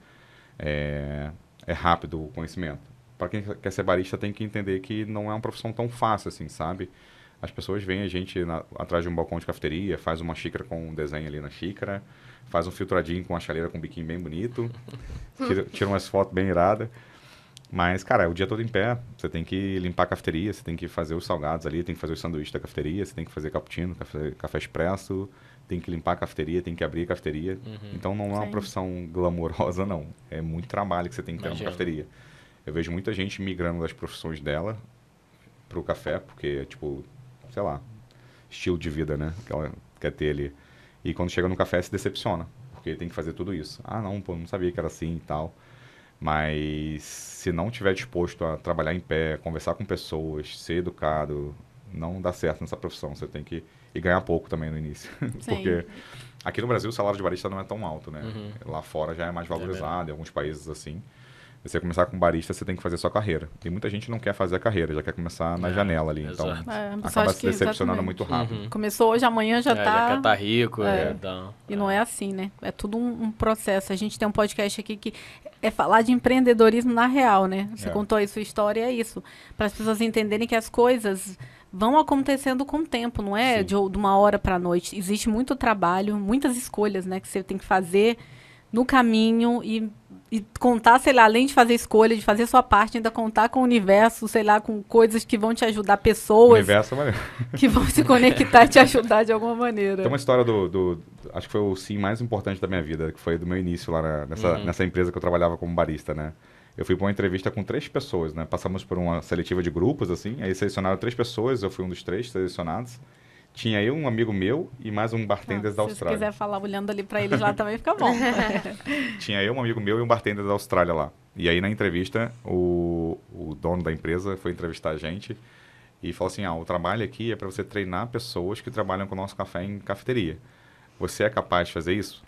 C: é rápido o conhecimento. Para quem quer ser barista, tem que entender que não é uma profissão tão fácil assim, sabe? As pessoas veem a gente atrás de um balcão de cafeteria, faz uma xícara com um desenho ali na xícara, faz um filtradinho com uma chaleira com um biquinho bem bonito, tira umas fotos bem iradas. Mas, cara, é o dia todo em pé. Você tem que limpar a cafeteria, você tem que fazer os salgados ali, tem que fazer os sanduíches da cafeteria, você tem que fazer cappuccino, café expresso, tem que limpar a cafeteria, tem que abrir a cafeteria. Então, não é uma profissão glamourosa, não. É muito trabalho que você tem que ter numa cafeteria. Eu vejo muita gente migrando das profissões dela pro café, porque, tipo, sei lá, estilo de vida, né? Que ela quer ter ali. E quando chega no café, se decepciona, porque tem que fazer tudo isso. Ah, não, pô, não sabia que era assim e tal. Mas se não estiver disposto a trabalhar em pé, conversar com pessoas, ser educado, não dá certo nessa profissão. Você tem que... E ganhar pouco também no início. Porque aqui no Brasil o salário de barista não é tão alto, né? Lá fora já é mais valorizado, em alguns países assim. Você começar com barista, você tem que fazer sua carreira. E muita gente não quer fazer a carreira, já quer começar na janela ali. Então, acaba se decepcionando muito rápido.
B: Começou hoje, amanhã já tá...
A: Já quer tá rico.
B: Então, e não é assim, né? É tudo um processo. A gente tem um podcast aqui que é falar de empreendedorismo na real, né? Você contou aí sua história, é isso. Para as pessoas entenderem que as coisas vão acontecendo com o tempo, não é de uma hora para a noite. Existe muito trabalho, muitas escolhas, né? Que você tem que fazer no caminho e contar, sei lá, além de fazer escolha, de fazer sua parte, ainda contar com o universo, sei lá, com coisas que vão te ajudar, pessoas... O
C: universo é maneiro.
B: Que vão se conectar e te ajudar de alguma maneira.
C: Tem uma história acho que foi o sim mais importante da minha vida, que foi do meu início lá nessa empresa que eu trabalhava como barista, né? Eu fui para uma entrevista com 3 pessoas, né? Passamos por uma seletiva de grupos, assim, aí selecionaram 3 pessoas, eu fui um dos 3 selecionados. Tinha eu, um amigo meu e mais um bartender da Austrália.
B: Se quiser falar olhando ali para eles lá também fica bom.
C: Tinha eu, um amigo meu e um bartender da Austrália lá. E aí na entrevista, o dono da empresa foi entrevistar a gente e falou assim, o trabalho aqui é para você treinar pessoas que trabalham com o nosso café em cafeteria. Você é capaz de fazer isso?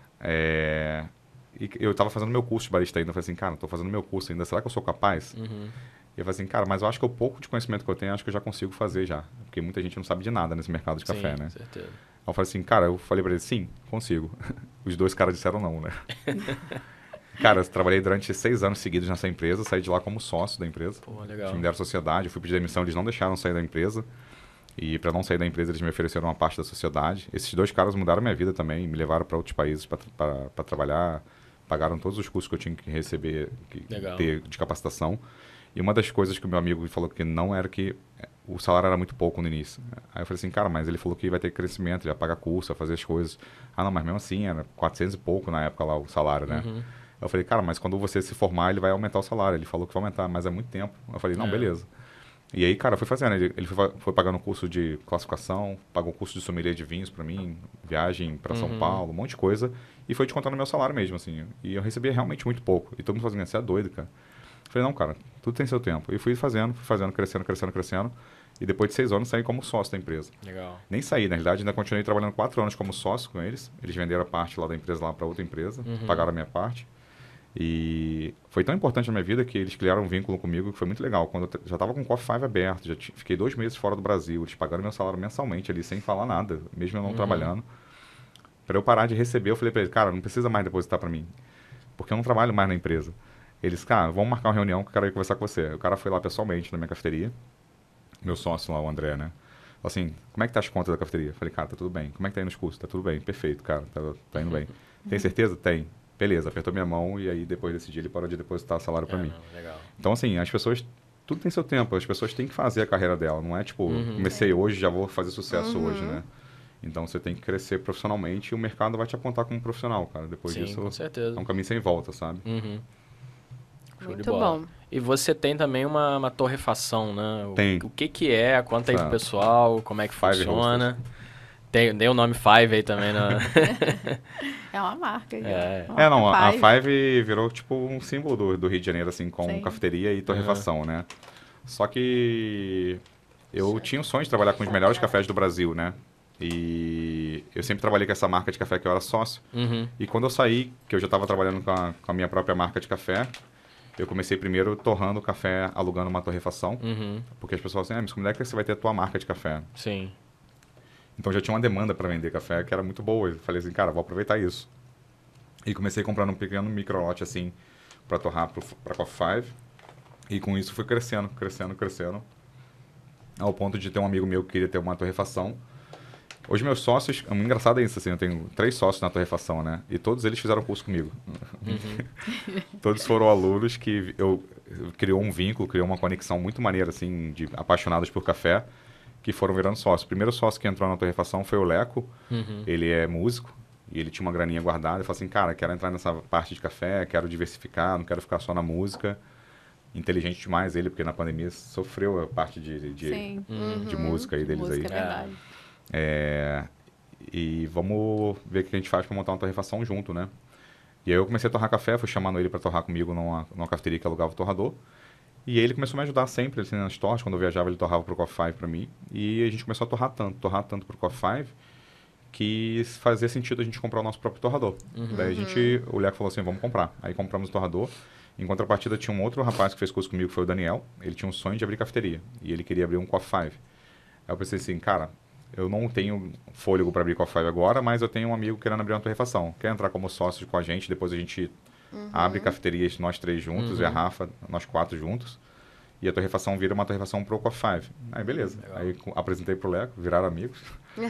C: E eu estava fazendo meu curso de barista ainda. Eu falei assim, cara, estou fazendo meu curso ainda. Será que eu sou capaz? E eu falei assim, cara, mas eu acho que o pouco de conhecimento que eu tenho, acho que eu já consigo fazer já. Porque muita gente não sabe de nada nesse mercado de café, né?
A: Com certeza.
C: Aí eu falei assim, cara, eu falei pra ele, sim, consigo. Os 2 caras disseram não, né? Cara, eu trabalhei durante 6 anos seguidos nessa empresa, saí de lá como sócio da empresa.
A: Pô, legal.
C: Me deram sociedade, eu fui pedir demissão, eles não deixaram sair da empresa. E para não sair da empresa, eles me ofereceram uma parte da sociedade. Esses 2 caras mudaram minha vida também, me levaram para outros países para trabalhar, pagaram todos os cursos que eu tinha que receber, ter de capacitação. E uma das coisas que o meu amigo falou que não era que o salário era muito pouco no início. Aí eu falei assim, cara, mas ele falou que vai ter crescimento, ele vai pagar curso, vai fazer as coisas. Não, mas mesmo assim, era 400 e pouco na época lá o salário, né? Eu falei, cara, mas quando você se formar, ele vai aumentar o salário. Ele falou que vai aumentar, mas é muito tempo. Eu falei, não, beleza. E aí, cara, eu fui fazendo. Ele foi pagando curso de classificação, pagou curso de sommelier de vinhos pra mim, viagem pra São Paulo, um monte de coisa. E foi descontando meu salário mesmo, assim. E eu recebia realmente muito pouco. E todo mundo falou assim, você é doido, cara. Eu falei, não, cara, tudo tem seu tempo. E fui fazendo, crescendo. E depois de 6 anos, saí como sócio da empresa.
A: Legal.
C: Nem saí, na realidade, ainda continuei trabalhando 4 anos como sócio com eles. Eles venderam a parte lá da empresa lá para outra empresa, pagaram a minha parte. E foi tão importante na minha vida que eles criaram um vínculo comigo que foi muito legal. Quando eu já estava com o Coffee 5 aberto, fiquei 2 meses fora do Brasil, eles pagaram meu salário mensalmente ali, sem falar nada, mesmo eu não trabalhando. Para eu parar de receber, eu falei para eles, cara, não precisa mais depositar para mim, porque eu não trabalho mais na empresa. Eles, cara, vamos marcar uma reunião que eu quero ir conversar com você. O cara foi lá pessoalmente na minha cafeteria, meu sócio lá, o André, né? Falou assim, como é que tá as contas da cafeteria? Eu falei, cara, tá tudo bem. Como é que tá indo os custos? Tá tudo bem, perfeito, cara, tá indo bem. Tem certeza? Tem. Beleza, apertou minha mão e aí depois desse dia ele parou de depositar salário para mim.
A: Legal.
C: Então, assim, as pessoas, tudo tem seu tempo, as pessoas têm que fazer a carreira dela, não é tipo, comecei hoje, já vou fazer sucesso hoje, né? Então, você tem que crescer profissionalmente e o mercado vai te apontar como profissional, cara. Depois disso,
A: com certeza.
C: É um caminho sem volta, sabe?
A: Show
D: Muito
A: de bola.
D: bom.
A: E você tem também uma torrefação, né?
C: Tem.
A: O que é, conta aí pro pessoal, como é que
C: Five
A: funciona. Dei o nome Five aí também, né?
B: É uma marca.
C: A Five virou tipo um símbolo do Rio de Janeiro, assim, com cafeteria e torrefação, né? Só que eu tinha o sonho de trabalhar com os melhores cafés do Brasil, né? E eu sempre trabalhei com essa marca de café que eu era sócio. E quando eu saí, que eu já estava trabalhando com a minha própria marca de café, eu comecei primeiro torrando o café, alugando uma torrefação. Porque as pessoas falam assim, mas como é que você vai ter a tua marca de café?
A: Sim.
C: Então já tinha uma demanda para vender café que era muito boa. Eu falei assim, cara, vou aproveitar isso. E comecei comprando um pequeno microlote assim para torrar para Coffee 5. E com isso fui crescendo. Ao ponto de ter um amigo meu que queria ter uma torrefação. Hoje meus sócios, é muito engraçado isso, assim, eu tenho 3 sócios na torrefação, né? E todos eles fizeram curso comigo. Todos foram alunos que criou um vínculo, criou uma conexão muito maneira, assim, de apaixonados por café, que foram virando sócios. O primeiro sócio que entrou na torrefação foi o Leco, ele é músico, e ele tinha uma graninha guardada, e falou assim, cara, quero entrar nessa parte de café, quero diversificar, não quero ficar só na música. Inteligente demais ele, porque na pandemia sofreu a parte de música aí deles aí.
B: É verdade.
C: E vamos ver o que a gente faz para montar uma torrefação junto, né? E aí eu comecei a torrar café, fui chamando ele para torrar comigo numa cafeteria que alugava o torrador. E aí ele começou a me ajudar sempre, assim, nas torres. Quando eu viajava, ele torrava pro Coffee 5 para mim. E a gente começou a torrar tanto pro Coffee 5, que fazia sentido a gente comprar o nosso próprio torrador. Daí o Leco falou assim, vamos comprar. Aí compramos o torrador. Em contrapartida, tinha um outro rapaz que fez curso comigo, que foi o Daniel. Ele tinha um sonho de abrir cafeteria. E ele queria abrir um Coffee 5. Aí eu pensei assim, cara, eu não tenho fôlego para abrir Coffee 5 agora, mas eu tenho um amigo querendo abrir uma torrefação. Quer entrar como sócio com a gente? Depois a gente abre cafeterias, nós 3 juntos, e a Rafa, nós 4 juntos. E a torrefação vira uma torrefação pro Coffee 5. Aí beleza.
A: Legal.
C: Aí apresentei pro Leco, viraram amigos.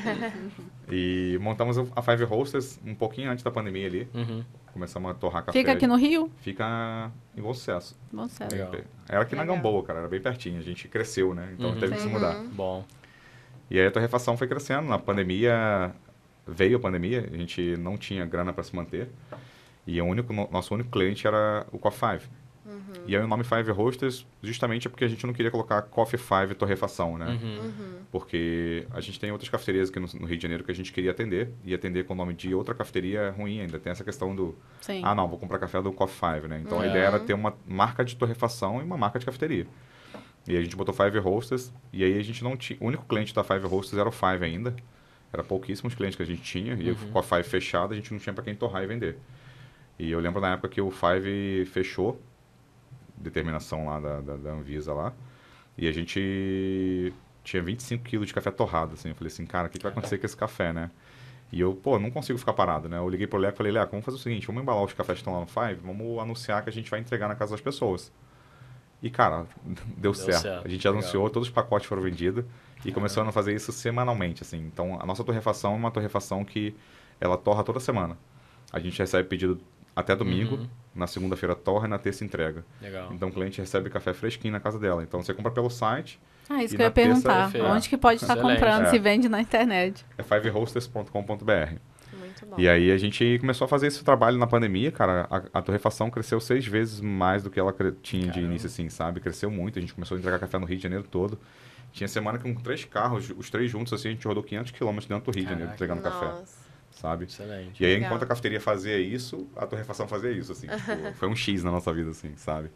C: E montamos a Five Roasters um pouquinho antes da pandemia ali. Começamos a torrar café.
B: Fica aqui no Rio?
C: Fica em Bom Sucesso.
B: Bom céu.
A: Legal.
C: Era aqui na
D: Legal.
C: Gamboa, cara. Era bem pertinho. A gente cresceu, né? Então teve que se mudar.
A: Bom.
C: E aí a torrefação foi crescendo. Na pandemia, veio a pandemia. A gente não tinha grana para se manter. E nosso único cliente era o Coffee 5. E aí o nome Five Roasters justamente é porque a gente não queria colocar Coffee 5 torrefação, né? Porque a gente tem outras cafeterias aqui no Rio de Janeiro que a gente queria atender. E atender com o nome de outra cafeteria é ruim ainda. Tem essa questão do...
B: Sim.
C: Ah, não, vou comprar café do Coffee 5, né? Então a ideia era ter uma marca de torrefação e uma marca de cafeteria. E aí a gente botou Five Roasters. E aí a gente não tinha... O único cliente da Five Roasters era o Five ainda. Era pouquíssimos clientes que a gente tinha. E com a Five fechada, a gente não tinha para quem torrar e vender. E eu lembro na época que o Five fechou, determinação lá da Anvisa lá, e a gente tinha 25 quilos de café torrado, assim. Eu falei assim, cara, o que vai acontecer com esse café, né? E eu, não consigo ficar parado, né? Eu liguei pro Leco e falei, Leco, vamos fazer o seguinte, vamos embalar os cafés que estão lá no Five, vamos anunciar que a gente vai entregar na casa das pessoas. E, cara, deu certo. A gente anunciou, todos os pacotes foram vendidos, e começamos a fazer isso semanalmente, assim. Então, a nossa torrefação é uma torrefação que ela torra toda semana. A gente recebe pedido até domingo, na segunda-feira torra e na terça entrega.
A: Legal.
C: Então o cliente recebe café fresquinho na casa dela. Então você compra pelo site.
B: Ah, isso
C: e
B: que eu ia
C: na terça-
B: perguntar.
A: Perfeito.
B: Onde que pode estar
A: Excelente.
B: comprando, se vende na internet?
C: É fiveroasters.com.br.
D: Muito bom.
C: E aí a gente começou a fazer esse trabalho na pandemia, cara. A torrefação cresceu 6 vezes mais do que ela tinha de início, assim, sabe? Cresceu muito. A gente começou a entregar café no Rio de Janeiro todo. Tinha semana que com 3 carros, os 3 juntos, assim, a gente rodou 500 quilômetros dentro do Rio de Janeiro, entregando café,
D: Nossa.
C: sabe?
A: Excelente.
C: E aí,
D: Legal.
C: enquanto a cafeteria fazia isso, a torrefação fazia isso, assim. Tipo, foi um X na nossa vida, assim, sabe?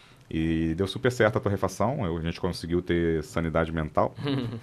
C: E deu super certo a torrefação. A gente conseguiu ter sanidade mental.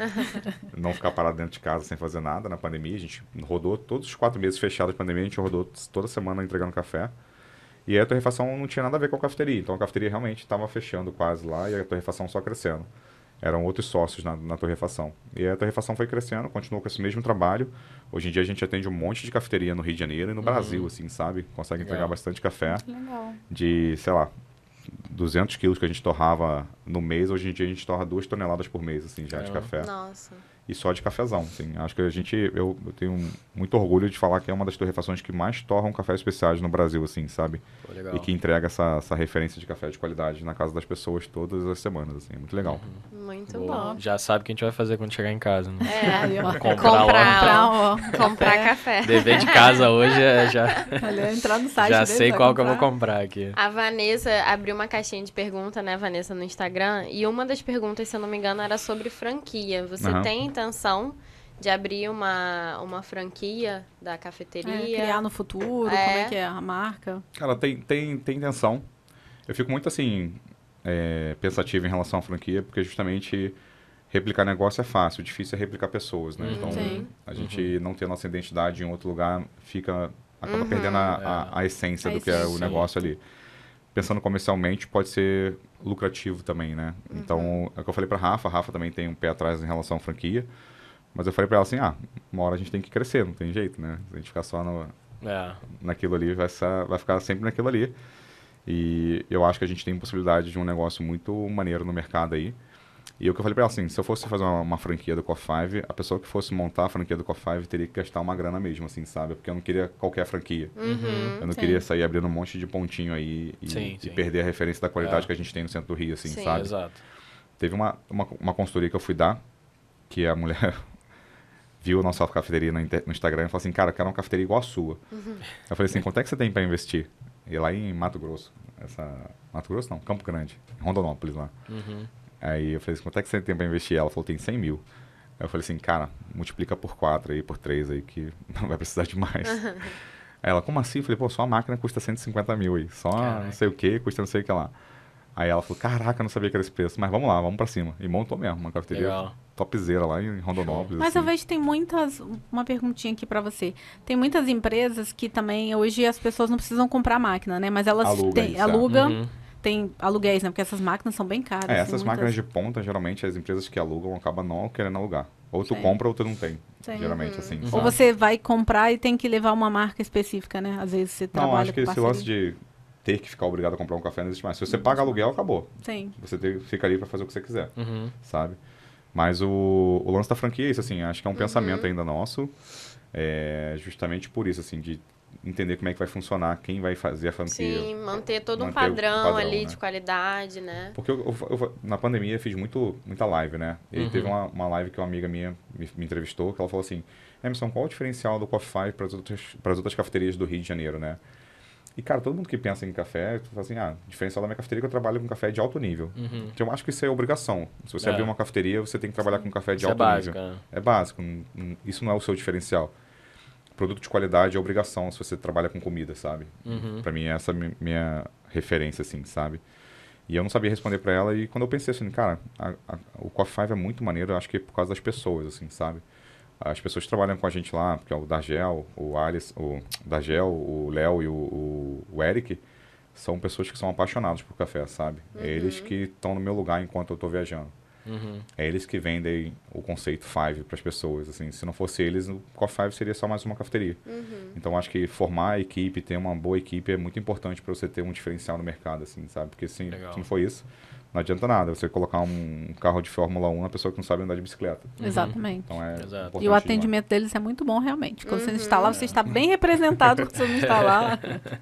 C: Não ficar parado dentro de casa sem fazer nada na pandemia. A gente rodou todos os 4 meses fechados de pandemia. A gente rodou toda semana entregando café. E aí a torrefação não tinha nada a ver com a cafeteria. Então a cafeteria realmente estava fechando quase lá e a torrefação só crescendo. Eram outros sócios na torrefação. E aí a torrefação foi crescendo, continuou com esse mesmo trabalho. Hoje em dia a gente atende um monte de cafeteria no Rio de Janeiro e no Brasil, assim, sabe? Consegue entregar
A: Legal.
C: bastante café.
B: Legal.
C: De, sei lá, 200 quilos que a gente torrava no mês. Hoje em dia a gente torra 2 toneladas por mês, assim, já de café.
D: Nossa.
C: E só de cafezão, assim. Acho que eu tenho muito orgulho de falar que é uma das torrefações que mais torram cafés especiais no Brasil, assim, sabe?
A: Pô, legal.
C: E que entrega essa referência de café de qualidade na casa das pessoas todas as semanas, assim. Muito legal.
D: Muito
A: Boa.
D: bom.
A: Já sabe o que a gente vai fazer quando chegar em casa, né?
B: Aí, ó.
A: Comprar
B: ó.
D: Comprar café.
A: Dever de casa hoje já,
B: Olha, entrar no site
A: já
B: deles,
A: sei
B: vai
A: qual que eu vou
B: comprar.
A: comprar aqui.
D: A Vanessa abriu uma caixinha de pergunta, né, Vanessa, no Instagram. E uma das perguntas, se eu não me engano, era sobre franquia. Você
C: Aham.
D: tem intenção de abrir uma franquia da
B: É,
D: cafeteria?
B: criar no futuro,
D: É.
B: como é que é a marca.
C: Cara, tem intenção. Eu fico muito, assim, pensativo em relação à franquia, porque justamente replicar negócio é fácil, o difícil é replicar pessoas, né? Então,
B: Sim.
C: a gente não ter nossa identidade em outro lugar acaba perdendo a essência
B: A
C: do que é o
B: essência.
C: negócio ali. Pensando comercialmente, pode ser lucrativo também, né? Então, é o que eu falei pra Rafa. A Rafa também tem um pé atrás em relação à franquia. Mas eu falei pra ela assim, uma hora a gente tem que crescer, não tem jeito, né? Se a gente ficar só naquilo ali, vai ficar sempre naquilo ali. E eu acho que a gente tem possibilidade de um negócio muito maneiro no mercado aí. E o que eu falei pra ela assim, se eu fosse fazer uma franquia do Coffee 5, a pessoa que fosse montar a franquia do Coffee 5 teria que gastar uma grana mesmo, assim, sabe? Porque eu não queria qualquer franquia. Eu não
B: Sim.
C: queria sair abrindo um monte de pontinho aí
A: Sim,
C: e
A: sim.
C: perder a referência da qualidade
A: É.
C: que a gente tem no centro do Rio, assim,
D: Sim.
C: sabe?
A: Exato.
C: Teve uma consultoria que eu fui dar, que a mulher viu a nossa cafeteria no Instagram e falou assim, cara, eu quero uma cafeteria igual a sua. Eu falei assim, quanto é que você tem para investir? E lá em Mato Grosso. Mato Grosso não, Campo Grande, em Rondonópolis lá. Aí eu falei assim, quanto é que você tem para investir? Ela falou, tem 100 mil. Aí eu falei assim, cara, multiplica por 4 aí, por 3 aí, que não vai precisar de mais. Aí ela, como assim? Eu falei, pô, só a máquina custa 150 mil aí, só não sei o que, custa não sei o que lá. Aí ela falou, caraca, eu não sabia que era esse preço, mas vamos lá, vamos pra cima. E montou mesmo, uma cafeteria
A: Legal.
C: topzera lá em Rondonópolis.
B: Mas eu
C: assim.
B: vejo que tem muitas... Uma perguntinha aqui pra você. Tem muitas empresas que também, hoje, as pessoas não precisam comprar máquina, né? Mas elas
C: Alugam isso, é.
B: alugam
A: Uhum.
B: tem aluguéis, né? Porque essas máquinas são bem caras.
C: Essas máquinas de ponta, geralmente, as empresas que alugam acabam não querendo alugar. Ou tu compra ou tu não tem. Sim. Geralmente, assim.
B: Ou você vai comprar e tem que levar uma marca específica, né? Às vezes você trabalha com
C: acho que esse lance de ter que ficar obrigado a comprar um café não existe mais. Se você paga aluguel, acabou.
B: Sim.
C: Você fica ali pra fazer o que você quiser, sabe? Mas o lance da franquia é isso, assim. Acho que é um pensamento ainda nosso. Justamente por isso, assim, de entender como é que vai funcionar, quem vai fazer a franquia.
D: Sim, manter todo um padrão ali, né? De qualidade, né?
C: Porque eu na pandemia, fiz muita live, né? E teve uma live que uma amiga minha me entrevistou, que ela falou assim, Emerson, qual o diferencial do Coffee para as outras cafeterias do Rio de Janeiro, né? E, cara, todo mundo que pensa em café, fala assim, o diferencial da minha cafeteria é que eu trabalho com café de alto nível. Então, eu acho que isso é obrigação. Se você abrir uma cafeteria, você tem que trabalhar com café de alto nível. É básico. Isso não é o seu diferencial. Produto de qualidade é obrigação se você trabalha com comida, sabe? Pra mim, essa é a minha referência, assim, sabe? E eu não sabia responder pra ela. E quando eu pensei assim, cara, o Coffee 5 é muito maneiro, eu acho que é por causa das pessoas, assim, sabe? As pessoas que trabalham com a gente lá, que é o Dargel, o Alice, o Dargel, o Léo e o Eric, são pessoas que são apaixonados por café, sabe? É eles que estão no meu lugar enquanto eu estou viajando. É eles que vendem o conceito Five para as pessoas, assim. Se não fosse eles, o Coffee Five seria só mais uma cafeteria. Então, acho que formar a equipe, ter uma boa equipe é muito importante para você ter um diferencial no mercado, assim, sabe? Porque se não for isso, não adianta nada você colocar um carro de Fórmula 1 na pessoa que não sabe andar de bicicleta.
B: Exatamente.
C: Então
B: e o atendimento deles é muito bom, realmente. Quando você está lá, você está bem representado quando você não está lá.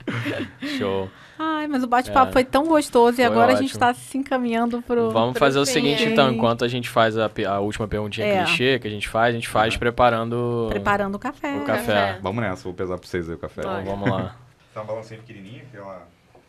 A: Show.
B: Ai, mas o bate-papo foi tão gostoso e agora a gente está se encaminhando pro...
A: Vamos fazer o seguinte, então. Enquanto a gente faz a última perguntinha clichê que a gente faz preparando...
B: Preparando o café.
A: O café.
C: Vamos nessa, vou pesar para vocês aí o café.
A: Então, vamos lá.
C: Tá uma balancinha pequenininha, que ela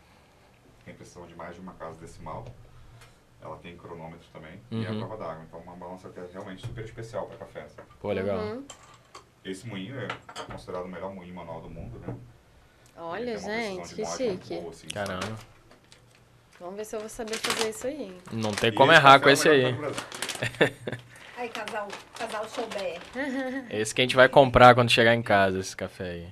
C: tem pressão de mais de uma casa decimal. Ela tem cronômetro também e a prova d'água. Então, uma balança que é realmente super especial para café. Sabe?
A: Pô, legal.
C: Esse moinho é considerado o melhor moinho manual do mundo, né?
D: Olha, gente, que chique.
C: Boa, assim,
A: caramba.
C: sabe?
D: Vamos ver se eu vou saber fazer isso aí.
A: Não tem como errar com esse aí.
B: Aí, casal souber.
A: Esse que a gente vai comprar quando chegar em casa, esse café aí.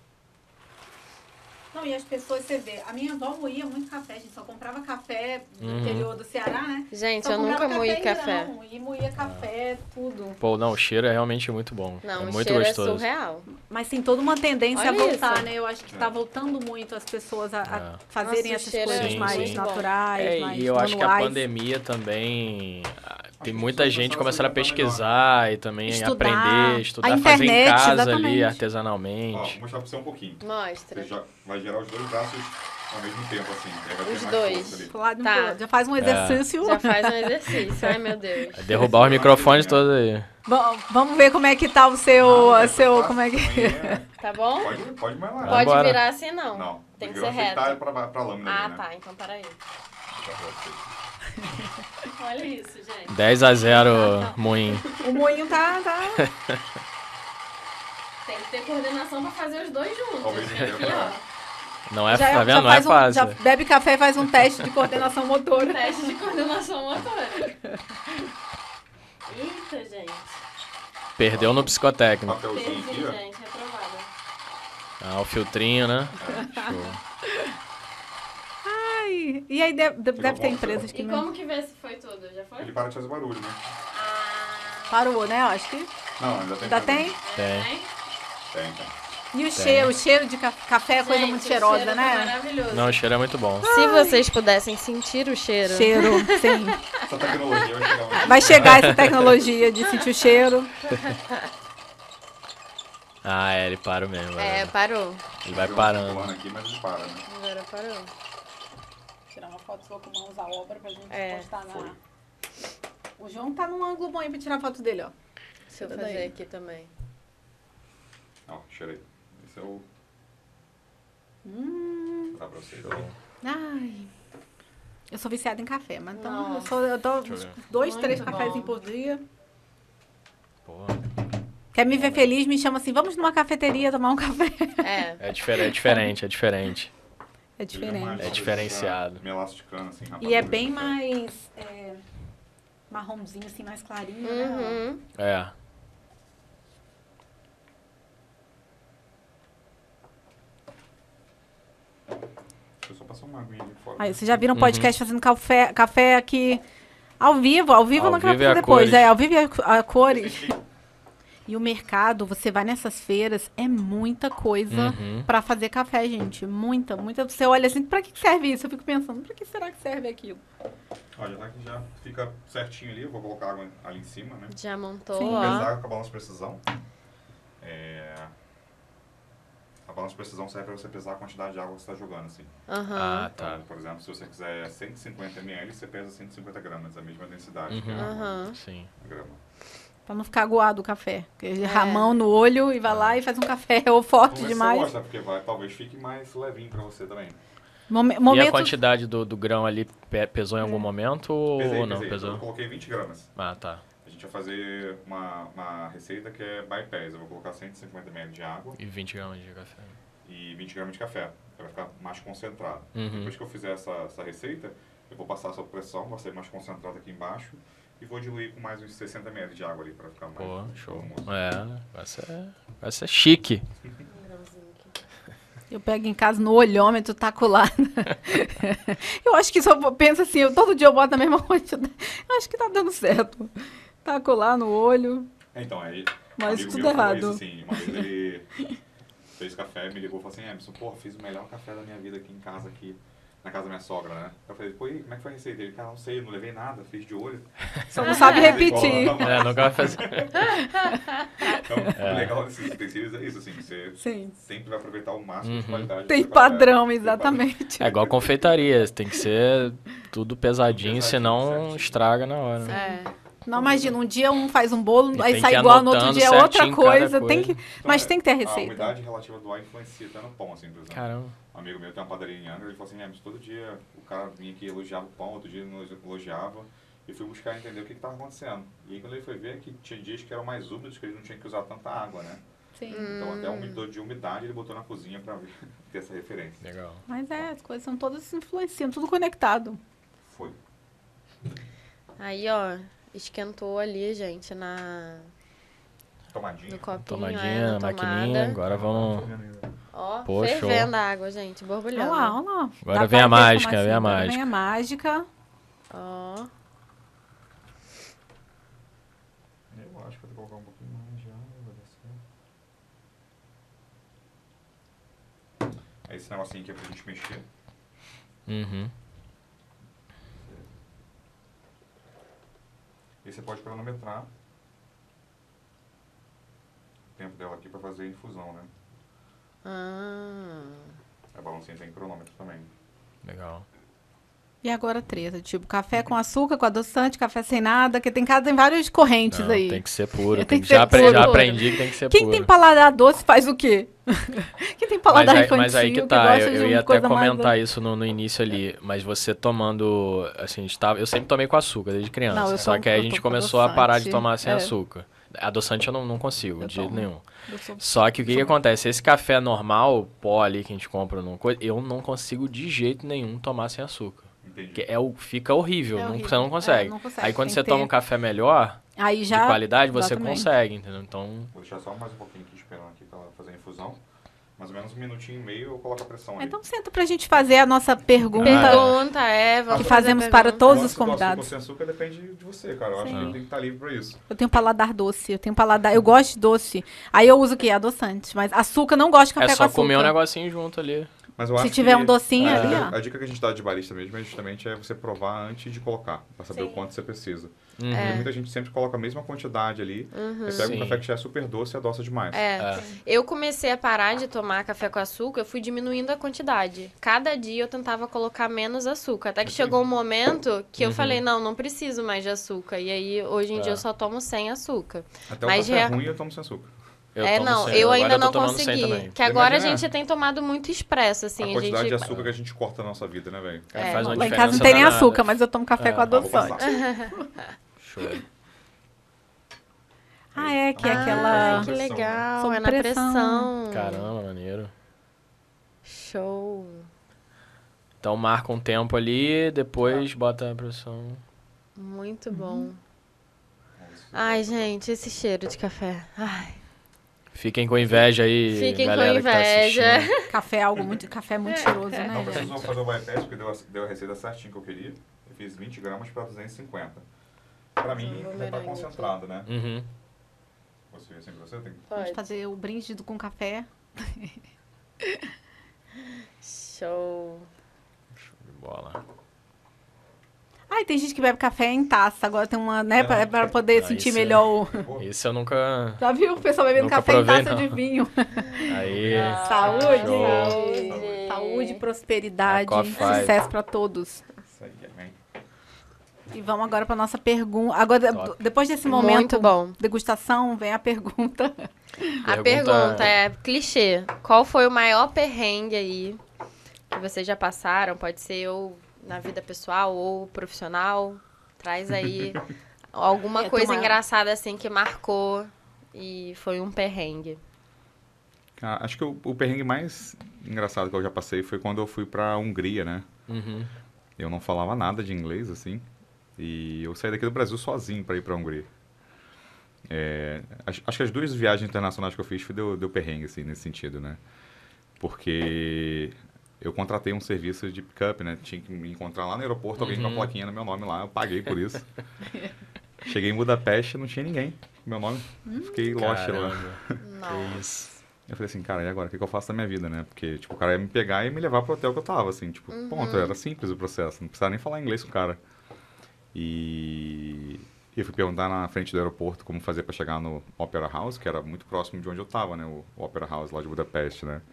B: Não, e as pessoas, você vê, a minha avó moía muito café, a gente só comprava café do interior do Ceará, né?
D: Gente,
B: só
D: eu nunca moí café.
B: E moía café, tudo.
A: Pô, não, o cheiro é realmente muito bom.
D: Não,
A: é
D: o
A: muito
D: cheiro
A: gostoso.
D: é surreal.
B: Mas tem toda uma tendência
D: Olha
B: a voltar,
D: isso.
B: né? Eu acho que tá voltando muito as pessoas a fazerem
D: Nossa, o
B: essas
D: cheiro
B: coisas
A: é
B: mais
A: muito bom.
B: naturais, mais
A: E eu acho que a
B: manuais.
A: pandemia também... Tem muita
C: que
A: gente
C: começaram
A: começando a
C: a se adaptar
A: pesquisar e também
B: Estudar.
A: aprender, estudar,
B: A
A: fazer em
B: internet,
A: casa
B: exatamente.
A: ali,
C: Ó,
A: artesanalmente.
C: vou mostrar pra você um pouquinho.
D: Mostra.
C: Você já vai gerar os dois braços ao mesmo tempo, assim. Aí vai ter
D: Os
C: mais
D: dois.
C: força ali.
B: Lado
D: Tá.
B: pro outro. Já faz um exercício.
D: Já faz um exercício. Ai, meu Deus.
A: Derrubar os microfones todos aí.
B: Bom, vamos ver como é que tá o seu... como é que...
D: Tá bom?
C: Pode mais lá.
D: Pode
A: Vambora.
D: virar assim, não.
C: Não.
D: Tem que
C: virou
D: ser reto.
C: aceitar pra lâmina
D: Ah,
C: ali, né?
D: tá. Então, peraí. Olha isso, gente.
A: 10-0, Moinho.
B: O moinho tá...
D: Tem que ter coordenação pra fazer os dois juntos.
C: Ao mesmo tempo,
D: Aqui,
C: né?
D: ó.
A: Não é, tá vendo? Não é
B: faz
A: fácil.
B: já bebe café e faz um teste de coordenação motora.
D: Teste de coordenação motora. Eita, gente.
A: Perdeu no psicotécnico.
C: Papelzinho
D: Perdi,
C: aqui, ó.
D: gente. Reprovada.
A: Ah, o filtrinho, né? Show.
B: Ai, e aí deve ter empresas que
D: E como que vê se foi tudo? Já foi?
C: Ele para de fazer barulho, né?
D: Ah,
B: parou, né? Eu acho que
C: Não, ainda tem.
B: ainda tem.
A: Tem.
C: Tem.
B: E o cheiro de café é coisa
D: gente,
B: muito
D: o
B: cheirosa,
D: cheiro tá
B: né?
D: maravilhoso.
A: Não, o cheiro é muito bom.
D: Se vocês pudessem sentir o cheiro.
B: Cheiro, sim.
C: Essa tecnologia vai chegar onde?
B: Vai chegar essa tecnologia de sentir o cheiro.
A: Ah, é, ele para mesmo.
D: É, parou.
A: Ele vai
C: Tem um
A: parando.
C: pulando aqui, mas ele para, né?
D: Agora parou.
B: Tirar uma foto sua com mãos à obra pra gente
D: É,
B: postar na...
C: foi.
B: O João tá num ângulo bom aí pra tirar foto dele, ó.
D: Deixa eu
B: Tira
D: fazer
B: daí.
D: aqui também.
C: Ó, cheirei. Esse é o... Dá pra vocês.
B: Ai. Eu sou viciada em café, mas então
D: Nossa.
B: eu dou
A: Deixa eu ver.
B: 2,
D: Muito
B: 3
D: bom.
B: cafezinhos por dia.
A: Pô,
B: Quer me ver feliz, me chama assim, vamos numa cafeteria tomar um café.
D: É.
A: é diferente.
B: É
C: Ele
B: diferente.
C: mais
A: É diferenciado.
C: Melaço de cana, assim,
B: E é
C: rapadura.
B: bem mais marronzinho, assim, mais clarinho, né?
D: Uhum.
A: É.
C: Deixa eu só passar um uma aguinha ali fora.
B: Aí, vocês já viram um podcast fazendo café aqui ao vivo eu não quero fazer depois.
A: Cores.
B: Ao vivo e a cores. E o mercado, você vai nessas feiras, é muita coisa pra fazer café, gente. Muita. Você olha assim, pra que serve isso? Eu fico pensando, pra que será que serve aquilo?
C: Olha, tá que já fica certinho ali. Eu vou colocar água ali em cima, né?
D: Já montou,
B: Sim.
D: ó.
C: Pesar com a balança de precisão. A balança de precisão serve para você pesar a quantidade de água que você está jogando, assim.
D: Aham.
A: Tá.
C: Então, por exemplo, se você quiser 150 ml, você pesa 150 gramas, a mesma densidade que
D: Aham.
A: Sim.
C: a grama.
B: Pra não ficar aguado o café. Porque ele ramão no olho e vai lá e faz um café ou forte
C: Vamos ver se
B: demais.
C: você gosta, porque talvez fique mais levinho para você também.
A: E a quantidade do grão ali pesou em algum momento ou não?
C: Pesei.
A: Pesou?
C: Eu coloquei 20 gramas.
A: Ah, tá.
C: A gente vai fazer uma receita que é bypass. Eu vou colocar 150 ml de água
A: E 20 gramas de café.
C: e 20 gramas de café. Vai ficar mais concentrado.
A: Uhum.
C: Depois que eu fizer essa receita, eu vou passar sob pressão, vai ser mais concentrado aqui embaixo. E vou diluir com mais uns 60 ml de água ali para ficar mais...
A: Pô, show.
C: volumoso.
A: Vai ser chique.
B: Eu pego em casa no olhômetro, taco lá. Eu acho que só penso assim, todo dia eu boto a mesma quantidade. Eu acho que tá dando certo. Taco lá no olho.
C: Então, aí...
B: Mas
C: amigo
B: tudo
C: meu falou
B: errado.
C: Isso, assim, uma vez ele fez café, me ligou e falou assim, Emerson, porra, fiz o melhor café da minha vida aqui em casa, na casa da minha sogra, né? Eu falei, pô, e como é que foi a receita? Ele, cara, não sei, não levei nada, fiz de olho.
B: Só não sabe repetir.
A: Nunca vai fazer.
C: Então, o legal desses utensílios é isso, assim, você
B: Sim.
C: sempre vai aproveitar o máximo de qualidade.
B: Tem
C: do seu café.
B: padrão,
C: Tem
B: exatamente.
A: É igual confeitaria, tem que ser tudo pesadinho,
C: Pesadinho,
A: senão
C: certinho.
A: estraga na hora. Né?
B: Não, imagina, um dia um faz um bolo,
A: E
B: aí
A: tem
B: sai
A: que ir
B: igual, no outro
A: anotando
B: dia é outra
A: certinho cada
B: coisa.
A: coisa.
B: Mas tem que ter a
C: A
B: receita.
C: umidade relativa do ar influencia até no pão, assim, por exemplo.
A: Caramba.
C: Um amigo meu tem uma padaria em Angra, ele falou assim, Emerson, todo dia o cara vinha aqui e elogiava o pão, outro dia não elogiava. E fui buscar entender o que estava acontecendo. E aí quando ele foi ver que tinha dias que eram mais úmidos, que ele não tinha que usar tanta água, né?
B: Sim.
C: Então até o medidor de umidade ele botou na cozinha para ter essa referência.
A: Legal.
B: Mas as coisas são todas se influenciando, tudo conectado.
C: Foi.
D: Aí, ó, esquentou ali, gente,
C: Tomadinha.
D: no copinho,
A: Tomadinha,
D: na
A: maquininha,
D: tomada.
A: agora vamos...
D: Ó,
A: Pô,
D: fervendo
A: show.
D: a água, gente, borbulhando.
B: Olha lá.
A: Agora
B: Dá
A: vem a
B: pra ver
A: mágica,
B: como
A: vem a
B: agora
A: mágica.
B: Vem a mágica.
D: Ó,
C: Eu acho que eu vou colocar um pouquinho mais de água, vai dar certo. É esse negocinho aqui é pra gente mexer.
A: Uhum.
C: E você pode cronometrar o tempo dela aqui pra fazer a infusão, né? A balancinha tem cronômetro também.
A: Legal.
B: E agora treta, tipo, café com açúcar, com adoçante, café sem nada, que tem várias correntes
A: Não,
B: aí.
A: tem que ser puro.
B: Tem que
A: já,
B: ser puro.
A: já aprendi que tem que ser
B: Quem
A: puro.
B: tem paladar doce faz o quê? Quem tem paladar infantil,
A: Mas aí que tá,
B: gosta de
A: eu
B: uma
A: ia até
B: coisa mais
A: comentar isso no início ali, mas você tomando, assim, eu sempre tomei com açúcar desde criança,
B: Não, eu
A: só
B: tomo-
A: que aí a
B: eu
A: gente
B: tomo com
A: começou a parar de
B: adoçante.
A: tomar sem
B: É.
A: açúcar. Adoçante eu não consigo,
B: Eu
A: de jeito
B: tomo.
A: nenhum.
B: Eu sou-
A: Só que o que acontece? Esse café normal, pó ali que a gente compra, eu não consigo de jeito nenhum tomar sem açúcar.
C: Entendi.
A: Porque fica horrível,
B: É
A: não-
B: horrível.
A: você não consegue.
B: É, não consegue,
A: Aí quando
B: tem
A: você
B: que
A: toma
B: ter-
A: um café melhor,
B: Aí já...
A: de qualidade, você
B: exatamente.
A: consegue, entendeu? Então,
C: Vou deixar só mais um pouquinho aqui esperando aqui pra ela fazer a infusão. Mais ou menos 1 minutinho e meio eu coloco a pressão ali.
B: Então senta pra gente fazer a nossa pergunta.
D: pergunta, vamos
B: Que
D: fazer
B: fazemos
D: a
B: para
D: pergunta.
B: todos
C: Agora,
B: os
C: se gosta
B: convidados.
C: de sem açúcar depende de você, cara. Eu acho que tem que estar livre pra isso.
B: Eu tenho paladar doce, eu gosto de doce. Aí eu uso o quê? Adoçante. Mas açúcar, não gosto de café
A: é
B: com
A: só
B: açúcar.
A: comer um negocinho junto ali.
C: Mas eu
B: Se
C: acho
B: tiver
C: que
B: um docinho
C: a
B: ali,
C: dica,
B: ó.
C: a dica que a gente dá de barista mesmo é justamente você provar antes de colocar, pra saber
D: Sim.
C: o quanto você precisa.
A: Uhum.
C: Porque muita gente sempre coloca a mesma quantidade ali, você pega
A: Sim.
C: um café que já é super doce e adoça demais.
D: Eu comecei a parar de tomar café com açúcar, eu fui diminuindo a quantidade. Cada dia eu tentava colocar menos açúcar. Até que chegou um momento que eu falei, não preciso mais de açúcar. E aí, hoje em dia, eu só tomo sem açúcar.
C: Até o
D: Mas
C: café
D: já-
C: ruim eu tomo sem açúcar.
D: Eu ainda
A: Agora
D: não
A: tô tomando sem
D: consegui.
A: também.
D: Que agora
C: Imagina,
D: a gente tem tomado muito expresso, assim.
C: a
D: A
C: quantidade
D: gente...
C: de açúcar que a gente corta na nossa vida, né, velho?
A: Cara, faz uma
B: Lá em
A: diferença
B: casa não tem nem
A: danada.
B: açúcar, mas eu tomo café com
C: Vou
B: adoçante.
C: passar.
A: Show.
B: Ah, é, que é
C: Ah,
B: aquela...
D: Que legal,
B: Sob
D: é na
B: pressão.
D: pressão.
A: Caramba, maneiro.
D: Show.
A: Então marca um tempo ali, depois bota a pressão.
D: Muito bom. Ai, gente, esse cheiro de café. Ai.
A: Fiquem com inveja aí,
D: Fiquem
A: galera
D: com inveja.
A: que tá assistindo.
B: Café é muito cheiroso, né,
C: Não
B: gente?
C: precisou fazer o bypass, porque deu a receita certinho que eu queria. Eu fiz 20 gramas para 250. Pra mim, já tá concentrado, né?
A: Uhum.
C: Você assim pra você? Tem...
B: Vamos fazer o brinde com café.
D: Show.
A: Show de bola.
B: Ai, tem gente que bebe café em taça. Agora tem uma, né, pra poder sentir
A: isso
B: melhor o...
A: Isso eu nunca...
B: Já viu o pessoal bebendo
A: Nunca
B: café
A: provei,
B: em taça
A: não.
B: de vinho?
A: Aí,
B: Saúde!
A: show.
B: Saúde, prosperidade,
A: A Coffee.
B: sucesso pra todos.
C: Isso aí, amém.
B: E vamos agora pra nossa pergunta. Agora,
A: Top.
B: depois desse momento
D: Muito bom.
B: degustação, vem a pergunta.
D: A pergunta é clichê. Qual foi o maior perrengue aí que vocês já passaram? Pode ser ou na vida pessoal ou profissional. Traz aí alguma coisa engraçada assim que marcou e foi um perrengue.
C: Acho que o perrengue mais engraçado que eu já passei foi quando eu fui pra Hungria, né?
A: Uhum.
C: Eu não falava nada de inglês, assim. E eu saí daqui do Brasil sozinho para ir para a Hungria. Acho que as 2 viagens internacionais que eu fiz deu perrengue, assim, nesse sentido, né? Porque eu contratei um serviço de pick-up, né? Tinha que me encontrar lá no aeroporto, alguém com uma plaquinha no meu nome lá, eu paguei por isso. Cheguei em Budapeste, não tinha ninguém com meu nome. Fiquei lost lá.
A: Que isso.
C: Eu falei assim, cara, e agora? O que eu faço da minha vida, né? Porque, tipo, o cara ia me pegar e me levar pro hotel que eu tava, assim. Tipo, ponto, era simples o processo. Não precisava nem falar inglês com o cara. E eu fui perguntar na frente do aeroporto como fazer para chegar no Opera House, que era muito próximo de onde eu estava, né? O Opera House lá de Budapeste, né?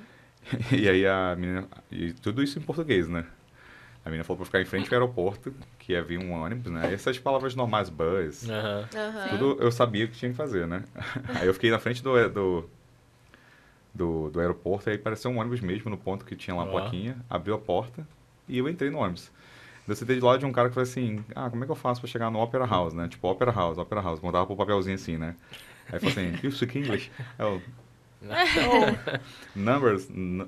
C: E aí a menina... E tudo isso em português, né? A menina falou para ficar em frente ao aeroporto, que ia vir um ônibus, né? Essas palavras normais, bus, tudo eu sabia que tinha que fazer, né? Aí eu fiquei na frente do aeroporto, e aí apareceu um ônibus mesmo no ponto que tinha lá a plaquinha, abriu a porta e eu entrei no ônibus. Eu sentei do lado de um cara que falou assim, como é que eu faço pra chegar no Opera House, né? Tipo, Opera House. Mandava pro papelzinho assim, né? Aí falou assim, you speak English? Eu, numbers,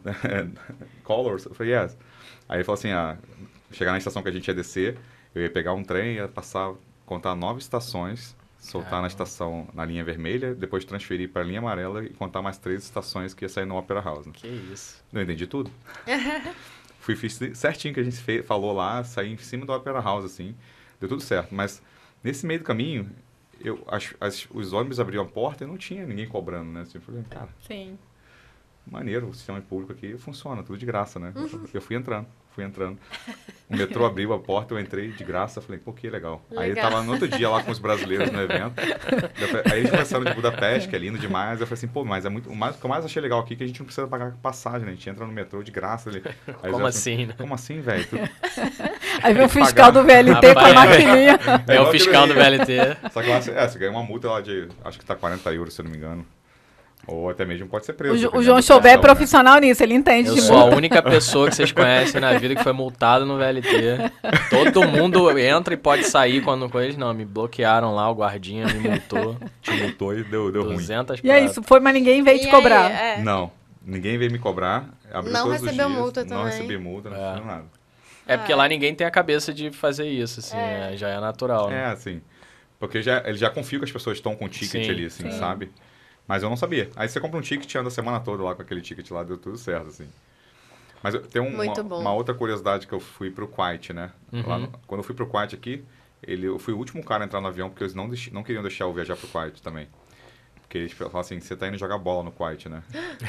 C: colors? Eu falei, yes. Aí ele falou assim, chegar na estação que a gente ia descer, eu ia pegar um trem, ia passar, contar 9 estações, soltar na estação, na linha vermelha, depois transferir pra linha amarela e contar mais 3 estações que ia sair no Opera House. Né?
A: Que isso.
C: Não entendi tudo. Fiz certinho que a gente falou lá, saí em cima do Opera House, assim, deu tudo certo. Mas nesse meio do caminho, os ônibus abriam a porta e não tinha ninguém cobrando, né? Assim, eu falei, cara,
B: Sim.
C: maneiro, o sistema público aqui funciona, tudo de graça, né? Eu fui entrando. O metrô abriu a porta, eu entrei de graça, falei, pô, que legal. Aí eu tava no outro dia lá com os brasileiros no evento. Aí eles começaram de Budapeste, que é lindo demais. Eu falei assim, pô, mas o que eu mais achei legal aqui é que a gente não precisa pagar passagem, né? A gente entra no metrô de graça ali. Aí
A: Como assim, né?
C: Como assim, velho?
B: Aí vem o fiscal do VLT com a maquininha.
A: É o fiscal do VLT.
C: Só que lá você ganha uma multa lá de, acho que tá 40 euros, se eu não me engano. Ou até mesmo pode ser preso.
B: O João Chauvet é profissional nisso, ele entende
A: Eu
B: de
A: sou a
B: multa.
A: única pessoa que vocês conhecem na vida que foi multado no VLT. Todo mundo entra e pode sair quando com eles. Não, me bloquearam lá, o guardinha me multou.
C: Te multou e deu ruim.
A: 200
B: E é isso, foi, mas ninguém veio te cobrar.
C: Não, ninguém veio me cobrar. Abriu
D: Não
C: todos os
D: recebeu
C: dias,
D: multa
C: Não
D: também.
C: recebi multa, não fiz nada.
A: É porque lá ninguém tem a cabeça de fazer isso, assim, né? Já é natural. Né?
C: É, assim. Porque ele já confia que as pessoas estão com o ticket ali, assim, sabe? Mas eu não sabia. Aí você compra um ticket e anda a semana toda lá com aquele ticket lá, deu tudo certo, assim. Mas tem uma outra curiosidade que eu fui pro Kuwait, né? Quando eu fui pro Kuwait aqui, eu fui o último cara a entrar no avião, porque eles não queriam deixar eu viajar pro Kuwait também. Porque eles falavam assim, você tá indo jogar bola no Kuwait, né?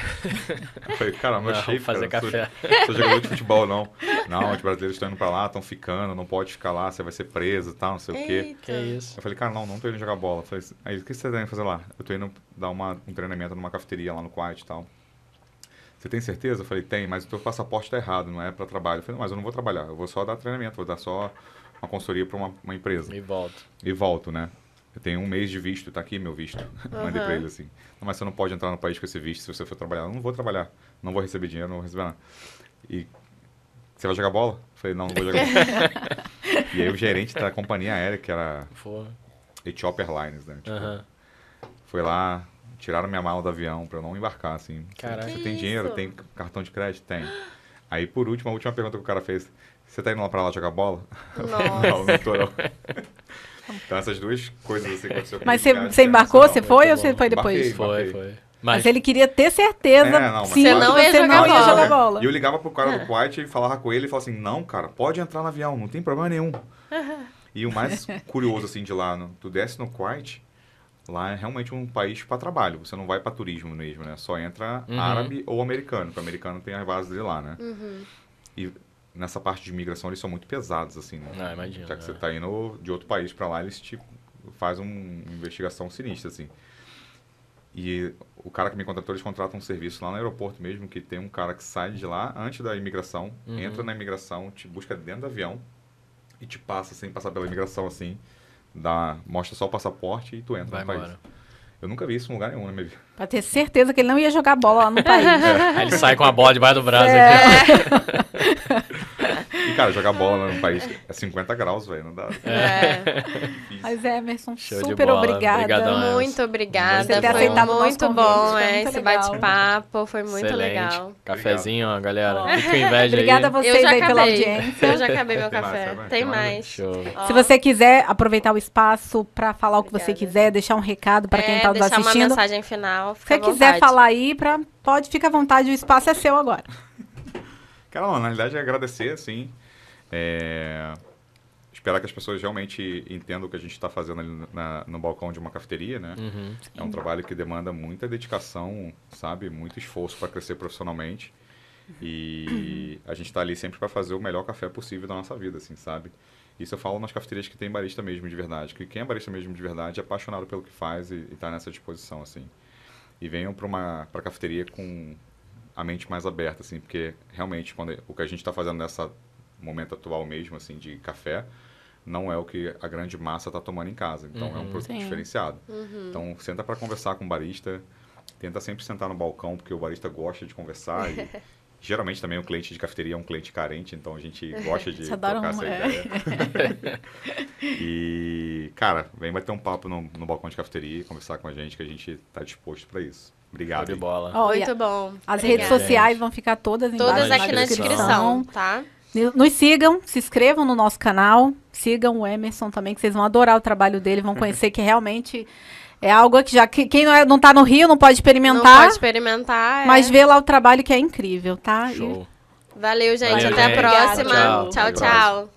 C: Eu falei, caramba, eu achei,
A: fazer café.
C: Sou jogador de futebol, não. Não, os brasileiros estão indo pra lá, estão ficando, não pode ficar lá, você vai ser preso e tal, não sei o quê.
A: Que isso?
C: Eu falei, cara, não tô indo jogar bola. Eu falei, aí, o que você tá indo fazer lá? Eu tô indo dar um treinamento numa cafeteria lá no Kuwait e tal. Você tem certeza? Eu falei, tem, mas o teu passaporte tá errado, não é pra trabalho. Eu falei, não, mas eu não vou trabalhar, eu vou só dar treinamento, vou dar só uma consultoria pra uma empresa. E volto, né? Eu tenho 1 mês de visto, tá aqui meu visto. Mandei pra ele assim. Não, mas você não pode entrar no país com esse visto se você for trabalhar. Eu não vou trabalhar, não vou receber dinheiro, não vou receber nada. E você vai jogar bola? Eu falei, não vou jogar bola. E aí o gerente da companhia aérea, que era Ethiopian Airlines, né? Tipo, foi lá, tiraram minha mala do avião pra eu não embarcar, assim.
A: Caraca.
C: Você tem dinheiro? Tem cartão de crédito? Tem. Aí, por último, a última pergunta que o cara fez, você tá indo lá pra lá jogar bola?
D: Nossa.
C: Não tô não. Então, essas 2 coisas assim aconteceram.
B: Mas você embarcou? Você foi ou você foi depois?
C: Embarquei.
A: Foi.
B: Mas ele queria ter certeza
D: você não ia jogar bola.
C: E eu ligava pro cara do Kuwait e falava com ele e falava assim, não, cara, pode entrar no avião, não tem problema nenhum. E o mais curioso, assim, de lá, tu desce no Kuwait, lá é realmente um país para trabalho, você não vai para turismo mesmo, né? Só entra árabe ou americano, porque o americano tem as bases dele lá, né? E nessa parte de imigração eles são muito pesados, assim, né?
A: Imagino.
C: Já que você tá indo de outro país para lá, eles te fazem uma investigação sinistra, assim. E o cara que me contratou, eles contratam um serviço lá no aeroporto mesmo, que tem um cara que sai de lá antes da imigração, entra na imigração, te busca dentro do avião e te passa, sem passar pela imigração, assim, mostra só o passaporte e tu entra no país. Eu nunca vi isso em lugar nenhum na minha vida.
B: Pra ter certeza que ele não ia jogar bola lá no país.
A: Aí ele sai com a bola debaixo do braço aqui.
C: E, cara, jogar bola lá no país é 50 graus, velho, não dá.
B: Mas, Emerson,
A: show
B: super obrigada.
A: Obrigadão,
D: muito obrigada.
B: Você ter aceitado
D: muito
B: o nosso
D: bom,
B: convite,
D: esse bate-papo, foi muito legal.
A: Cafezinho, ó, galera. Fico com inveja
B: obrigada
A: aí.
B: a vocês aí pela audiência.
D: Eu já acabei meu café. Tem mais.
A: Show.
B: Se você quiser aproveitar o espaço para falar o que você quiser, deixar um recado para quem está nos assistindo.
D: Deixar uma mensagem final,
B: Se você quiser falar aí, pode ficar à vontade, o espaço é seu agora.
C: Cara, na realidade é agradecer, assim. Esperar que as pessoas realmente entendam o que a gente está fazendo ali no balcão de uma cafeteria, né? É um trabalho que demanda muita dedicação, sabe? Muito esforço para crescer profissionalmente. E a gente está ali sempre para fazer o melhor café possível da nossa vida, assim, sabe? Isso eu falo nas cafeterias que tem barista mesmo de verdade. Que quem é barista mesmo de verdade é apaixonado pelo que faz e está nessa disposição, assim. E venham para a cafeteria com a mente mais aberta, assim, porque realmente o que a gente está fazendo nesse momento atual mesmo, assim, de café, não é o que a grande massa está tomando em casa. Então, é um produto diferenciado. Então, senta para conversar com o barista, tenta sempre sentar no balcão, porque o barista gosta de conversar e geralmente também o cliente de cafeteria é um cliente carente, então a gente gosta de trocar essa ideia. E, cara, vem bater um papo no balcão de cafeteria e conversar com a gente, que a gente está disposto para isso. Obrigado.
A: De bola.
D: Muito bom.
B: As redes sociais vão ficar todas embaixo
D: aqui na descrição, tá?
B: Nos sigam, se inscrevam no nosso canal, sigam o Emerson também, que vocês vão adorar o trabalho dele, vão conhecer que realmente é algo que quem não tá no Rio não pode experimentar.
D: Não pode experimentar,
B: mas vê lá o trabalho que é incrível, tá?
A: Show.
D: Valeu, gente.
A: Valeu,
D: Até
A: gente.
D: a próxima.
A: Tchau.
D: Tchau.